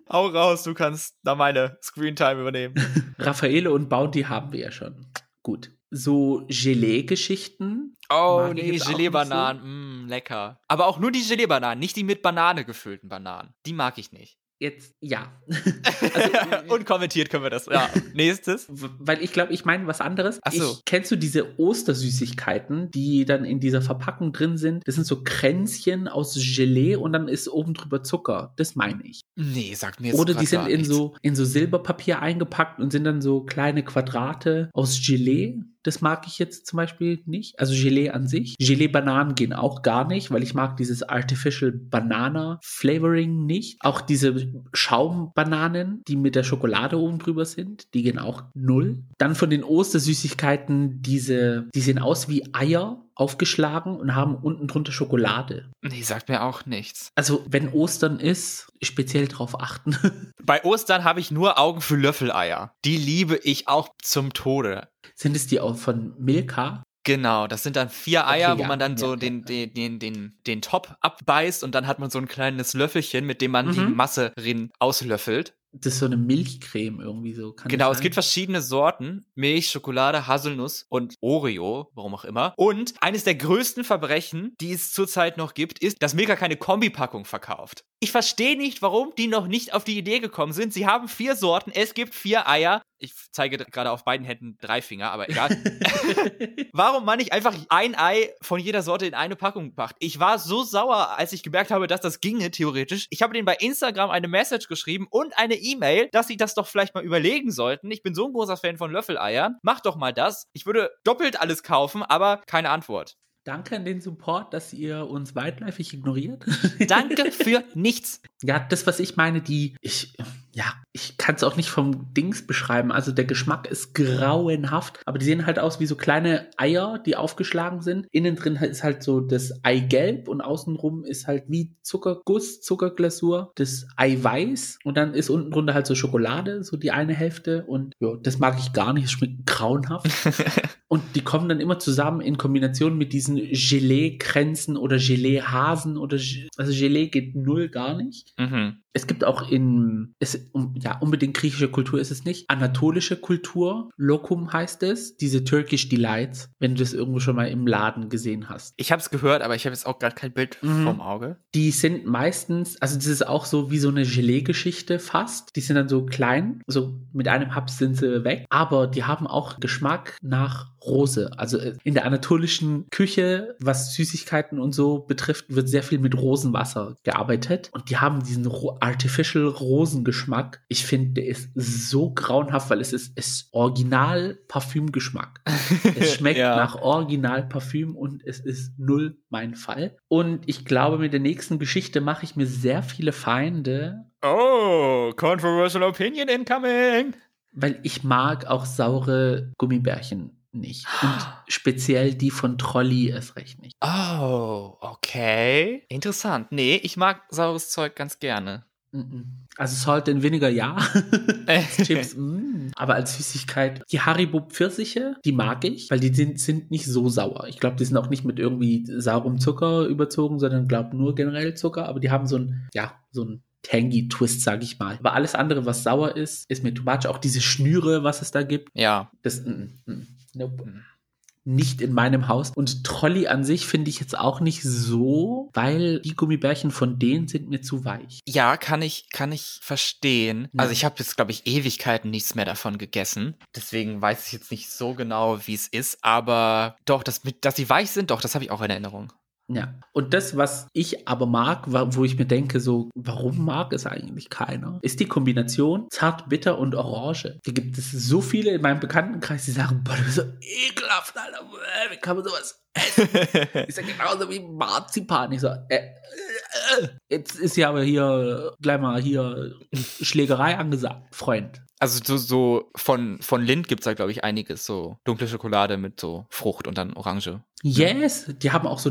Hau raus, du kannst da meine Screentime übernehmen. Raffaele und Bounty haben wir ja schon. Gut. So Gelee-Geschichten. Oh nee, Gelee-Bananen, so. mm, lecker. Aber auch nur die Gelee-Bananen, nicht die mit Banane gefüllten Bananen. Die mag ich nicht. Jetzt, ja. Also, unkommentiert können wir das. Ja. Nächstes. Weil ich glaube, ich meine was anderes. Ach so. Ich, kennst du diese Ostersüßigkeiten, die dann in dieser Verpackung drin sind? Das sind so Kränzchen aus Gelee und dann ist oben drüber Zucker. Das meine ich. Nee, sagt mir jetzt Oder die sind in nichts. so, in so Silberpapier eingepackt und sind dann so kleine Quadrate aus Gelee. Das mag ich jetzt zum Beispiel nicht. Also Gelee an sich. Gelee-Bananen gehen auch gar nicht, weil ich mag dieses Artificial Banana Flavoring nicht. Auch diese Schaumbananen, die mit der Schokolade oben drüber sind, die gehen auch null. Dann von den Ostersüßigkeiten diese, die sehen aus wie Eier aufgeschlagen und haben unten drunter Schokolade. Nee, sagt mir auch nichts. Also wenn Ostern ist, speziell drauf achten. Bei Ostern habe ich nur Augen für Löffeleier. Die liebe ich auch zum Tode. Sind es die auch von Milka? Genau, das sind dann vier Eier, Okay, wo man ja, dann so ja, den, ja. den, den, den, den Top abbeißt und dann hat man so ein kleines Löffelchen, mit dem man Mhm. die Masse drin auslöffelt. Das ist so eine Milchcreme irgendwie so. Kann Genau, das es sein? gibt verschiedene Sorten. Milch, Schokolade, Haselnuss und Oreo, warum auch immer. Und eines der größten Verbrechen, die es zurzeit noch gibt, ist, dass Milka keine Kombipackung verkauft. Ich verstehe nicht, warum die noch nicht auf die Idee gekommen sind. Sie haben vier Sorten, es gibt vier Eier. Ich zeige gerade auf beiden Händen drei Finger, aber egal. Warum man nicht einfach ein Ei von jeder Sorte in eine Packung macht? Ich war so sauer, als ich gemerkt habe, dass das ginge, theoretisch. Ich habe denen bei Instagram eine Message geschrieben und eine E-Mail, dass sie das doch vielleicht mal überlegen sollten. Ich bin so ein großer Fan von Löffeleiern. Mach doch mal das. Ich würde doppelt alles kaufen, aber keine Antwort. Danke an den Support, dass ihr uns weitläufig ignoriert. Danke für nichts. Ja, das, was ich meine, die, ich, ja, ich kann es auch nicht vom Dings beschreiben. Also der Geschmack ist grauenhaft, aber die sehen halt aus wie so kleine Eier, die aufgeschlagen sind. Innen drin ist halt so das Eigelb und außenrum ist halt wie Zuckerguss, Zuckerglasur, das Eiweiß und dann ist unten drunter halt so Schokolade, so die eine Hälfte und ja, das mag ich gar nicht, es schmeckt grauenhaft. Und die kommen dann immer zusammen in Kombination mit diesen Gelee-Kränzen oder Gelee-Hasen oder Ge- also Gelee geht null gar nicht. Mhm. Es gibt auch in, es, um, ja, unbedingt griechische Kultur ist es nicht, anatolische Kultur, Lokum heißt es, diese Turkish Delights, wenn du das irgendwo schon mal im Laden gesehen hast. Ich habe es gehört, aber ich habe jetzt auch gerade kein Bild Mhm. vorm Auge. Die sind meistens, also das ist auch so wie so eine Gelee-Geschichte fast. Die sind dann so klein, so mit einem Haps sind sie weg, aber die haben auch Geschmack nach Rose. Also äh, in der anatolischen Küche, was Süßigkeiten und so betrifft, wird sehr viel mit Rosenwasser gearbeitet und die haben diesen Ro- Artificial Rosengeschmack. Ich finde, der ist so grauenhaft, weil es ist, ist Original Parfümgeschmack. Es schmeckt Ja. nach Original Parfüm und es ist null mein Fall. Und ich glaube, mit der nächsten Geschichte mache ich mir sehr viele Feinde, Oh, controversial opinion incoming. weil ich mag auch saure Gummibärchen nicht. Und speziell die von Trolli erst recht nicht. Oh, okay. Interessant. Nee, ich mag saures Zeug ganz gerne. Mhm. Also Salt and Vinegar, ja. Als Chips, mm. Aber als Süßigkeit. Die Haribo Pfirsiche, die mag ich, weil die sind, sind nicht so sauer. Ich glaube, die sind auch nicht mit irgendwie saurem Zucker überzogen, sondern glaube nur generell Zucker. Aber die haben so ein, ja, so ein tangy Twist, sag ich mal. Aber alles andere, was sauer ist, ist mir too much. Auch diese Schnüre, was es da gibt, Ja. das, mm, mm, nope. Nicht in meinem Haus. Und Trolli an sich finde ich jetzt auch nicht so, weil die Gummibärchen von denen sind mir zu weich. Ja, kann ich, kann ich verstehen. Ja. Also ich habe jetzt, glaube ich, Ewigkeiten nichts mehr davon gegessen. Deswegen weiß ich jetzt nicht so genau, wie es ist. Aber doch, das mit, dass sie weich sind, doch, das habe ich auch in Erinnerung. Ja, und das, was ich aber mag, wa- wo ich mir denke, so, warum mag es eigentlich keiner, ist die Kombination zart, bitter und orange. Die gibt es so viele in meinem Bekanntenkreis, die sagen, boah, das ist so ekelhaft, Alter, wie kann man sowas essen? Ist ja genauso wie Marzipan. Ich so, äh, äh, äh. Jetzt ist ja aber hier gleich mal hier Schlägerei angesagt, Freund. Also so, so von, von Lind gibt es da, glaube ich, einiges. So dunkle Schokolade mit so Frucht und dann Orange. Yes, die haben auch so eine Tafel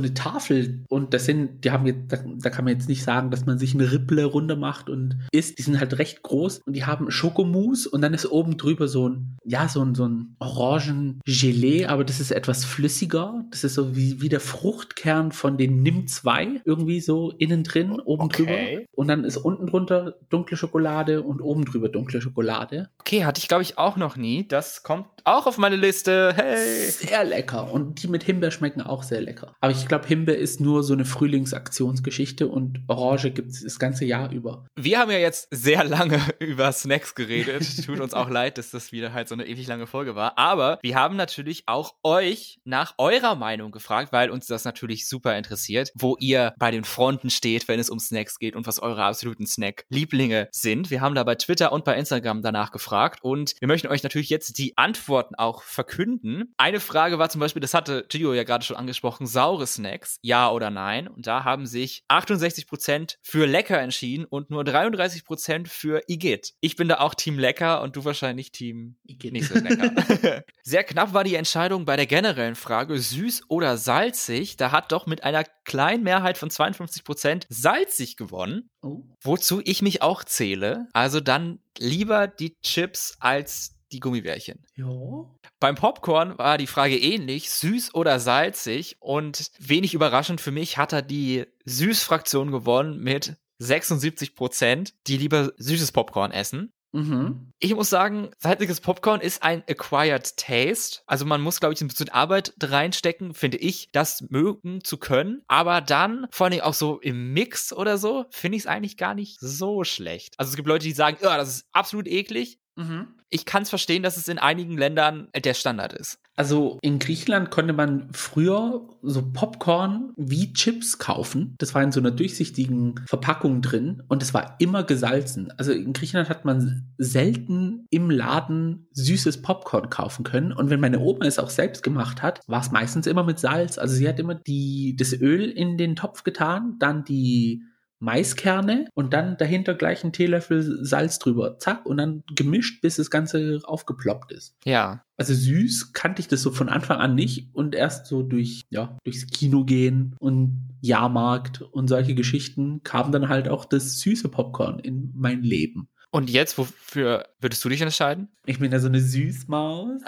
Waffel und das sind, die haben jetzt, da, da kann man jetzt nicht sagen, dass man sich eine Ripple runter macht und isst. Die sind halt recht groß und die haben Schokomousse und dann ist oben drüber so ein, ja, so ein, so ein Orangen-Gelee, aber das ist etwas flüssiger. Das ist so wie, wie der Fruchtkern von den Nim zwei, irgendwie so innen drin, oben Okay. drüber. Und dann ist unten drunter dunkle Schokolade und oben drüber dunkle Schokolade. Okay, hatte ich glaube ich auch noch nie. Das kommt auch auf meine Liste. Hey! Sehr lecker. Und die mit Himbeer schmecken auch sehr lecker. Aber ich glaube, Himbeer ist nur so eine Frühlingsaktionsgeschichte und Orange gibt es das ganze Jahr über. Wir haben ja jetzt sehr lange über Snacks geredet. Tut uns auch leid, dass das wieder halt so eine ewig lange Folge war. Aber wir haben natürlich auch euch nach eurer Meinung gefragt, weil uns das natürlich super interessiert, wo ihr bei den Fronten steht, wenn es um Snacks geht und was eure absoluten Snack-Lieblinge sind. Wir haben da bei Twitter und bei Instagram danach gefragt und wir möchten euch natürlich jetzt die Antworten auch verkünden. Eine Frage war zum Beispiel, das hatte Gio ja gerade schon angesprochen, saure Snacks, ja oder nein? Und da haben sich achtundsechzig Prozent für lecker entschieden und nur dreiunddreißig Prozent für Igitt. Ich bin da auch Team lecker und du wahrscheinlich Team Igitt. nicht so lecker. Sehr knapp war die Entscheidung bei der generellen Frage, süß oder salzig. Da hat doch mit einer kleinen Mehrheit von zweiundfünfzig Prozent salzig gewonnen. Oh. Wozu ich mich auch zähle. Also dann lieber die Chips als die Gummibärchen. Ja. Beim Popcorn war die Frage ähnlich, süß oder salzig. Und wenig überraschend für mich hat er die Süßfraktion gewonnen mit sechsundsiebzig Prozent, die lieber süßes Popcorn essen. Mhm. Ich muss sagen, salziges Popcorn ist ein acquired taste. Also man muss, glaube ich, ein bisschen Arbeit reinstecken, finde ich, das mögen zu können. Aber dann, vor allem auch so im Mix oder so, finde ich es eigentlich gar nicht so schlecht. Also es gibt Leute, die sagen, oh, das ist absolut eklig. Mhm. Ich kann es verstehen, dass es in einigen Ländern der Standard ist. Also in Griechenland konnte man früher so Popcorn wie Chips kaufen. Das war in so einer durchsichtigen Verpackung drin und es war immer gesalzen. Also in Griechenland hat man selten im Laden süßes Popcorn kaufen können. Und wenn meine Oma es auch selbst gemacht hat, war es meistens immer mit Salz. Also sie hat immer die, das Öl in den Topf getan, dann die Maiskerne und dann dahinter gleich einen Teelöffel Salz drüber. Zack, und dann gemischt, bis das Ganze aufgeploppt ist. Ja. Also süß kannte ich das so von Anfang an nicht und erst so durch, ja, durchs Kino gehen und Jahrmarkt und solche Geschichten kam dann halt auch das süße Popcorn in mein Leben. Und jetzt, wofür würdest du dich entscheiden? Ich bin ja so eine Süßmaus.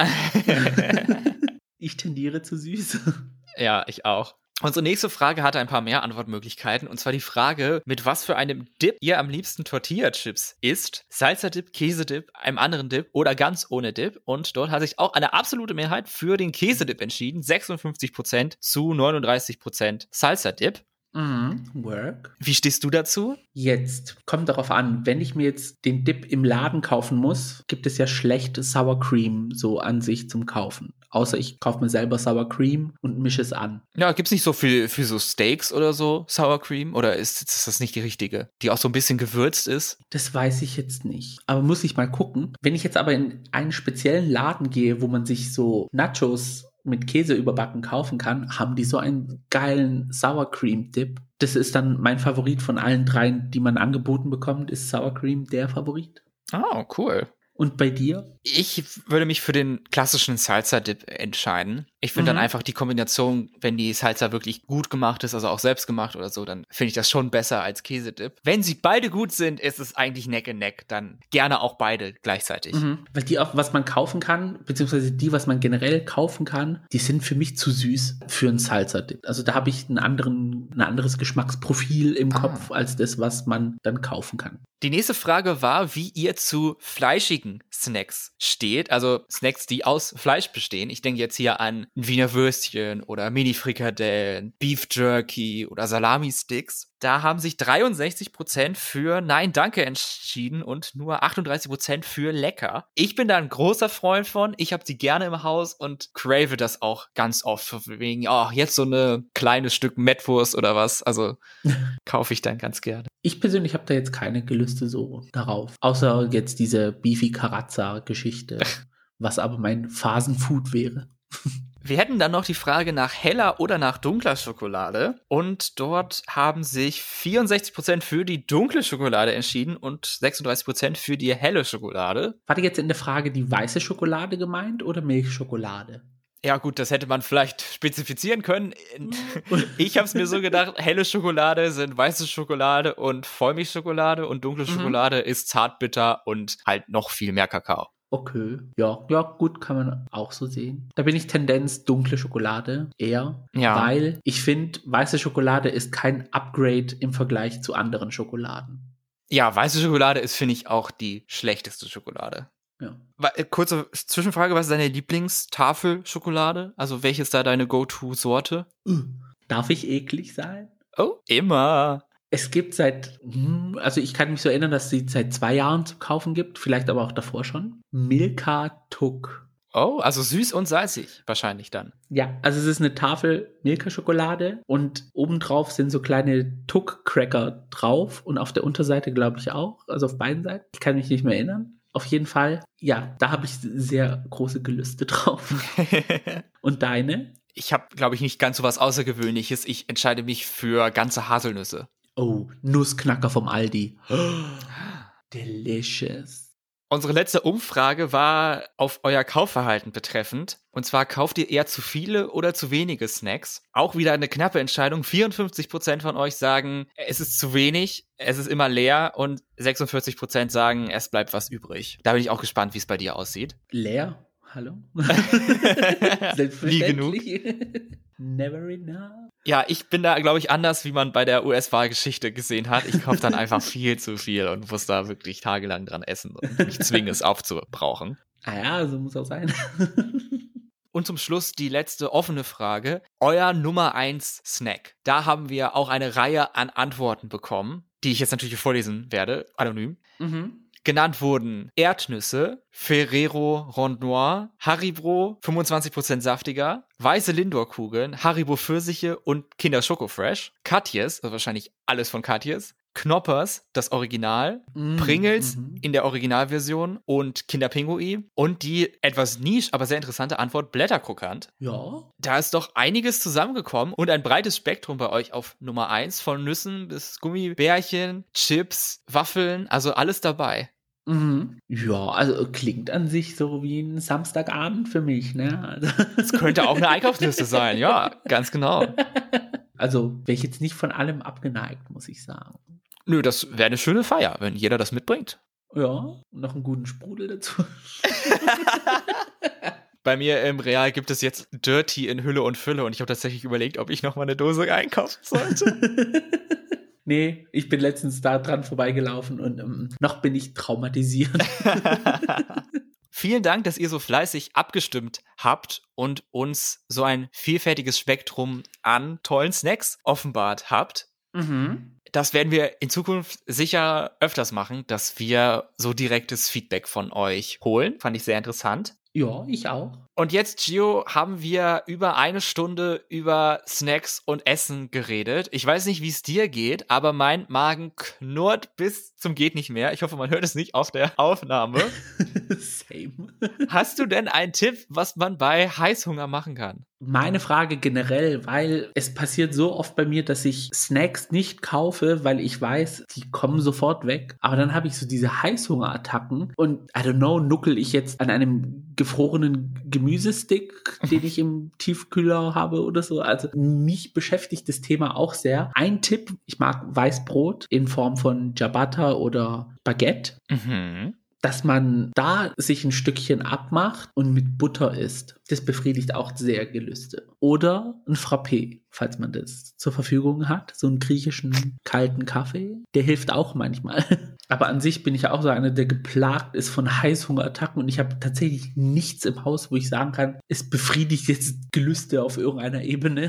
Ich tendiere zu süß. Ja, ich auch. Unsere nächste Frage hatte ein paar mehr Antwortmöglichkeiten, und zwar die Frage, mit was für einem Dip ihr am liebsten Tortilla-Chips isst. Salsa-Dip, Käsedip, einem anderen Dip oder ganz ohne Dip. Und dort hat sich auch eine absolute Mehrheit für den Käsedip entschieden. sechsundfünfzig Prozent zu neununddreißig Prozent Salsa-Dip. Mhm, work. Wie stehst du dazu? Jetzt kommt darauf an, wenn ich mir jetzt den Dip im Laden kaufen muss, gibt es ja schlecht Sour Cream so an sich zum Kaufen. Außer ich kaufe mir selber Sour Cream und mische es an. Ja, gibt's nicht so viel für so Steaks oder so Sour Cream? Oder ist, ist das nicht die richtige, die auch so ein bisschen gewürzt ist? Das weiß ich jetzt nicht. Aber muss ich mal gucken. Wenn ich jetzt aber in einen speziellen Laden gehe, wo man sich so Nachos mit Käse überbacken kaufen kann, haben die so einen geilen Sour Cream Dip. Das ist dann mein Favorit von allen dreien, die man angeboten bekommt, ist Sour Cream der Favorit. Oh, cool. Und bei dir? Ich würde mich für den klassischen Salsa-Dip entscheiden. Ich finde Mhm. dann einfach die Kombination, wenn die Salsa wirklich gut gemacht ist, also auch selbst gemacht oder so, dann finde ich das schon besser als Käsedip. Wenn sie beide gut sind, ist es eigentlich Neck and Neck. Dann gerne auch beide gleichzeitig. Mhm. Weil die auch, was man kaufen kann, beziehungsweise die, was man generell kaufen kann, die sind für mich zu süß für einen Salsa-Dip. Also da habe ich einen anderen, ein anderes Geschmacksprofil im Ah. Kopf als das, was man dann kaufen kann. Die nächste Frage war, wie ihr zu fleischigen Snacks steht. Also Snacks, die aus Fleisch bestehen. Ich denke jetzt hier an Wiener Würstchen oder Mini-Frikadellen, Beef Jerky oder Salami-Sticks. Da haben sich dreiundsechzig Prozent für Nein, Danke entschieden und nur achtunddreißig Prozent für lecker. Ich bin da ein großer Freund von. Ich habe sie gerne im Haus und crave das auch ganz oft. Wegen, oh, jetzt so eine kleines Stück Mettwurst oder was. Also kaufe ich dann ganz gerne. Ich persönlich habe da jetzt keine Gelüste so darauf. Außer jetzt diese Beefy-Karazza-Geschichte, was aber mein Phasenfood wäre. Wir hätten dann noch die Frage nach heller oder nach dunkler Schokolade. Und dort haben sich vierundsechzig Prozent für die dunkle Schokolade entschieden und sechsunddreißig Prozent für die helle Schokolade. War die jetzt in der Frage die weiße Schokolade gemeint oder Milchschokolade? Ja gut, das hätte man vielleicht spezifizieren können. Ich habe es mir so gedacht, helle Schokolade sind weiße Schokolade und Vollmilchschokolade und dunkle Mhm. Schokolade ist zartbitter und halt noch viel mehr Kakao. Okay, ja, ja, gut, kann man auch so sehen. Da bin ich Tendenz dunkle Schokolade eher, Ja. weil ich finde, weiße Schokolade ist kein Upgrade im Vergleich zu anderen Schokoladen. Ja, weiße Schokolade ist, finde ich, auch die schlechteste Schokolade. Ja. Kurze Zwischenfrage, was ist deine Lieblingstafelschokolade? Also welche ist da deine Go-To-Sorte? Darf ich eklig sein? Oh, immer. Es gibt seit, also ich kann mich so erinnern, dass sie seit zwei Jahren zu kaufen gibt, vielleicht aber auch davor schon. Milka Tuck. Oh, also süß und salzig wahrscheinlich dann. Ja, also es ist eine Tafel Milka-Schokolade und obendrauf sind so kleine Tuck-Cracker drauf und auf der Unterseite glaube ich auch, also auf beiden Seiten. Ich kann mich nicht mehr erinnern. Auf jeden Fall, ja, da habe ich sehr große Gelüste drauf. Und deine? Ich habe, glaube ich, nicht ganz so was Außergewöhnliches. Ich entscheide mich für ganze Haselnüsse. Oh, Nussknacker vom Aldi. Oh, delicious. Unsere letzte Umfrage war auf euer Kaufverhalten betreffend. Und zwar, kauft ihr eher zu viele oder zu wenige Snacks? Auch wieder eine knappe Entscheidung. vierundfünfzig Prozent von euch sagen, es ist zu wenig, es ist immer leer. Und sechsundvierzig Prozent sagen, es bleibt was übrig. Da bin ich auch gespannt, wie es bei dir aussieht. Leer? Hallo? Wie genug? Never enough. Ja, ich bin da, glaube ich, anders, wie man bei der U S-Wahlgeschichte gesehen hat. Ich kaufe dann einfach viel zu viel und muss da wirklich tagelang dran essen und mich zwingen, es aufzubrauchen. Ah ja, so muss auch sein. Und zum Schluss die letzte offene Frage. Euer Nummer eins Snack. Da haben wir auch eine Reihe an Antworten bekommen, die ich jetzt natürlich vorlesen werde, anonym. Mhm. Genannt wurden Erdnüsse, Ferrero Rocher, Haribo, fünfundzwanzig Prozent saftiger, weiße Lindor-Kugeln, Haribo Pfirsiche und Kinder Schoko Fresh, Katjes, also wahrscheinlich alles von Katjes, Knoppers, das Original, Mm, Pringles mhm. in der Originalversion und Kinder Pinguin und die etwas niche, aber sehr interessante Antwort Blätterkrokant. Ja. Da ist doch einiges zusammengekommen und ein breites Spektrum bei euch auf Nummer eins, von Nüssen bis Gummibärchen, Chips, Waffeln, also alles dabei. Mhm. Ja, also klingt an sich so wie ein Samstagabend für mich, ne? Also, Das könnte auch eine Einkaufsliste sein, ja, ganz genau. also wäre ich jetzt nicht von allem abgeneigt, muss ich sagen. Nö, das wäre eine schöne Feier, wenn jeder das mitbringt. Ja, noch einen guten Sprudel dazu. Bei mir im Real gibt es jetzt Dirty in Hülle und Fülle und ich habe tatsächlich überlegt, ob ich noch mal eine Dose einkaufen sollte. Nee, ich bin letztens da dran vorbeigelaufen und ähm, noch bin ich traumatisiert. Vielen Dank, dass ihr so fleißig abgestimmt habt und uns so ein vielfältiges Spektrum an tollen Snacks offenbart habt. Mhm. Das werden wir in Zukunft sicher öfters machen, dass wir so direktes Feedback von euch holen. Fand ich sehr interessant. Ja, ich auch. Und jetzt, Gio, haben wir über eine Stunde über Snacks und Essen geredet. Ich weiß nicht, wie es dir geht, aber mein Magen knurrt bis zum geht nicht mehr. Ich hoffe, man hört es nicht auf der Aufnahme. Same. Hast du denn einen Tipp, was man bei Heißhunger machen kann? Meine Frage generell, weil es passiert so oft bei mir, dass ich Snacks nicht kaufe, weil ich weiß, die kommen sofort weg. Aber dann habe ich so diese Heißhungerattacken und I don't know, nuckel ich jetzt an einem gefrorenen Gemüsestick, den ich im Tiefkühler habe oder so. Also mich beschäftigt das Thema auch sehr. Ein Tipp, ich mag Weißbrot in Form von Ciabatta oder Baguette. Mhm. Dass man da sich ein Stückchen abmacht und mit Butter isst. Das befriedigt auch sehr Gelüste. Oder ein Frappé, falls man das zur Verfügung hat. So einen griechischen kalten Kaffee. Der hilft auch manchmal. Aber an sich bin ich ja auch so einer, der geplagt ist von Heißhungerattacken und ich habe tatsächlich nichts im Haus, wo ich sagen kann, es befriedigt jetzt Gelüste auf irgendeiner Ebene.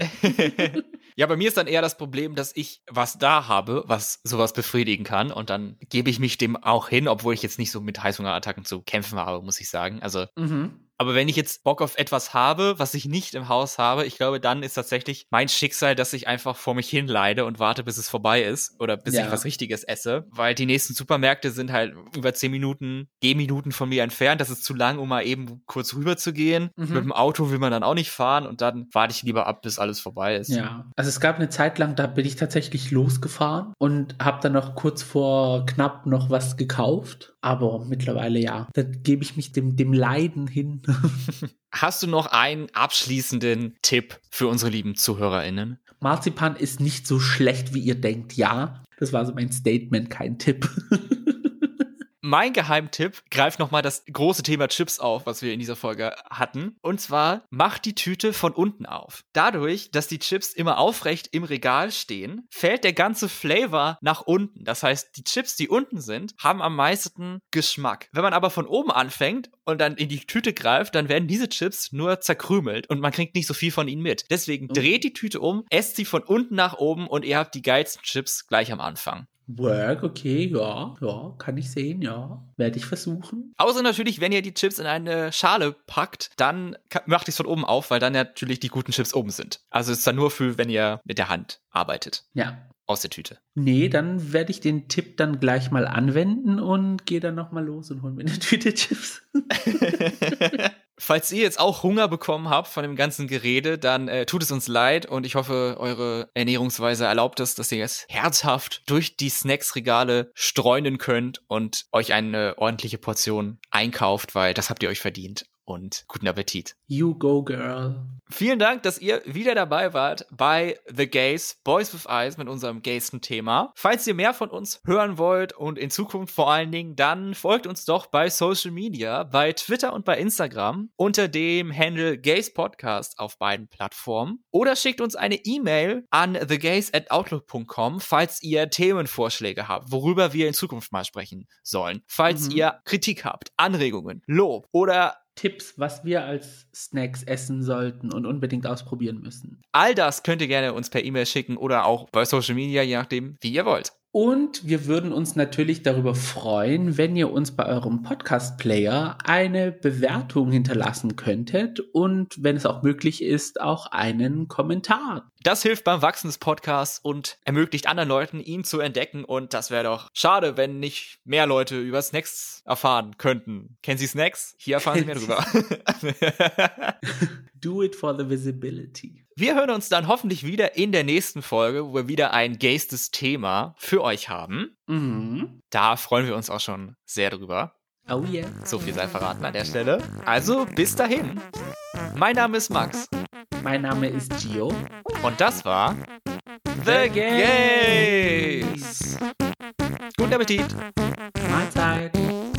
Ja, bei mir ist dann eher das Problem, dass ich was da habe, was sowas befriedigen kann und dann gebe ich mich dem auch hin, obwohl ich jetzt nicht so mit Heißhungerattacken zu kämpfen habe, muss ich sagen. Also, Mhm. aber wenn ich jetzt Bock auf etwas habe, was ich nicht im Haus habe, ich glaube, dann ist tatsächlich mein Schicksal, dass ich einfach vor mich hin leide und warte, bis es vorbei ist oder bis Ja. ich was Richtiges esse, weil die nächsten Supermärkte sind halt über zehn Minuten, Gehminuten von mir entfernt. Das ist zu lang, um mal eben kurz rüber zu gehen. Mhm. Mit dem Auto will man dann auch nicht fahren und dann warte ich lieber ab, bis alles vorbei ist. Ja, also es gab eine Zeit lang, da bin ich tatsächlich losgefahren und habe dann noch kurz vor knapp noch was gekauft. Aber mittlerweile ja, da gebe ich mich dem, dem Leiden hin Hast du noch einen abschließenden Tipp für unsere lieben ZuhörerInnen? Marzipan ist nicht so schlecht, wie ihr denkt, ja. Das war so mein Statement, kein Tipp. Mein Geheimtipp greift nochmal das große Thema Chips auf, was wir in dieser Folge hatten. Und zwar, macht die Tüte von unten auf. Dadurch, dass die Chips immer aufrecht im Regal stehen, fällt der ganze Flavor nach unten. Das heißt, die Chips, die unten sind, haben am meisten Geschmack. Wenn man aber von oben anfängt und dann in die Tüte greift, dann werden diese Chips nur zerkrümelt und man kriegt nicht so viel von ihnen mit. Deswegen dreht die Tüte um, esst sie von unten nach oben und ihr habt die geilsten Chips gleich am Anfang. Work, okay, ja, ja, kann ich sehen, ja. Werde ich versuchen. Außer natürlich, wenn ihr die Chips in eine Schale packt, dann macht ihr es von oben auf, weil dann natürlich die guten Chips oben sind. Also es ist dann nur für, wenn ihr mit der Hand arbeitet. Ja. Aus der Tüte. Nee, dann werde ich den Tipp dann gleich mal anwenden und gehe dann nochmal los und hol mir eine Tüte Chips. Falls ihr jetzt auch Hunger bekommen habt von dem ganzen Gerede, dann äh, tut es uns leid und ich hoffe, eure Ernährungsweise erlaubt es, dass ihr jetzt herzhaft durch die Snacksregale streunen könnt und euch eine ordentliche Portion einkauft, weil das habt ihr euch verdient. Und guten Appetit. You go, girl. Vielen Dank, dass ihr wieder dabei wart bei The Gays, Boys with Eyes mit unserem gaysten Thema. Falls ihr mehr von uns hören wollt und in Zukunft vor allen Dingen, dann folgt uns doch bei Social Media, bei Twitter und bei Instagram unter dem Handle Gays Podcast auf beiden Plattformen. Oder schickt uns eine E-Mail an thegays at outlook dot com, falls ihr Themenvorschläge habt, worüber wir in Zukunft mal sprechen sollen. Falls Mhm. ihr Kritik habt, Anregungen, Lob oder Tipps, was wir als Snacks essen sollten und unbedingt ausprobieren müssen. all das könnt ihr gerne uns per E-Mail schicken oder auch bei Social Media, je nachdem, wie ihr wollt. Und wir würden uns natürlich darüber freuen, wenn ihr uns bei eurem Podcast-Player eine Bewertung hinterlassen könntet und, wenn es auch möglich ist, auch einen Kommentar. Das hilft beim Wachsen des Podcasts und ermöglicht anderen Leuten, ihn zu entdecken. Und das wäre doch schade, wenn nicht mehr Leute über Snacks erfahren könnten. Kennen Sie Snacks? Hier erfahren Sie mehr drüber. Do it for the visibility. Wir hören uns dann hoffentlich wieder in der nächsten Folge, wo wir wieder ein gaystes Thema für euch haben. Mhm. Da freuen wir uns auch schon sehr drüber. Oh yeah. So viel sei verraten an der Stelle. Also bis dahin. Mein Name ist Max. Mein Name ist Gio. Und das war The Gays. Guten Appetit. Mahlzeit.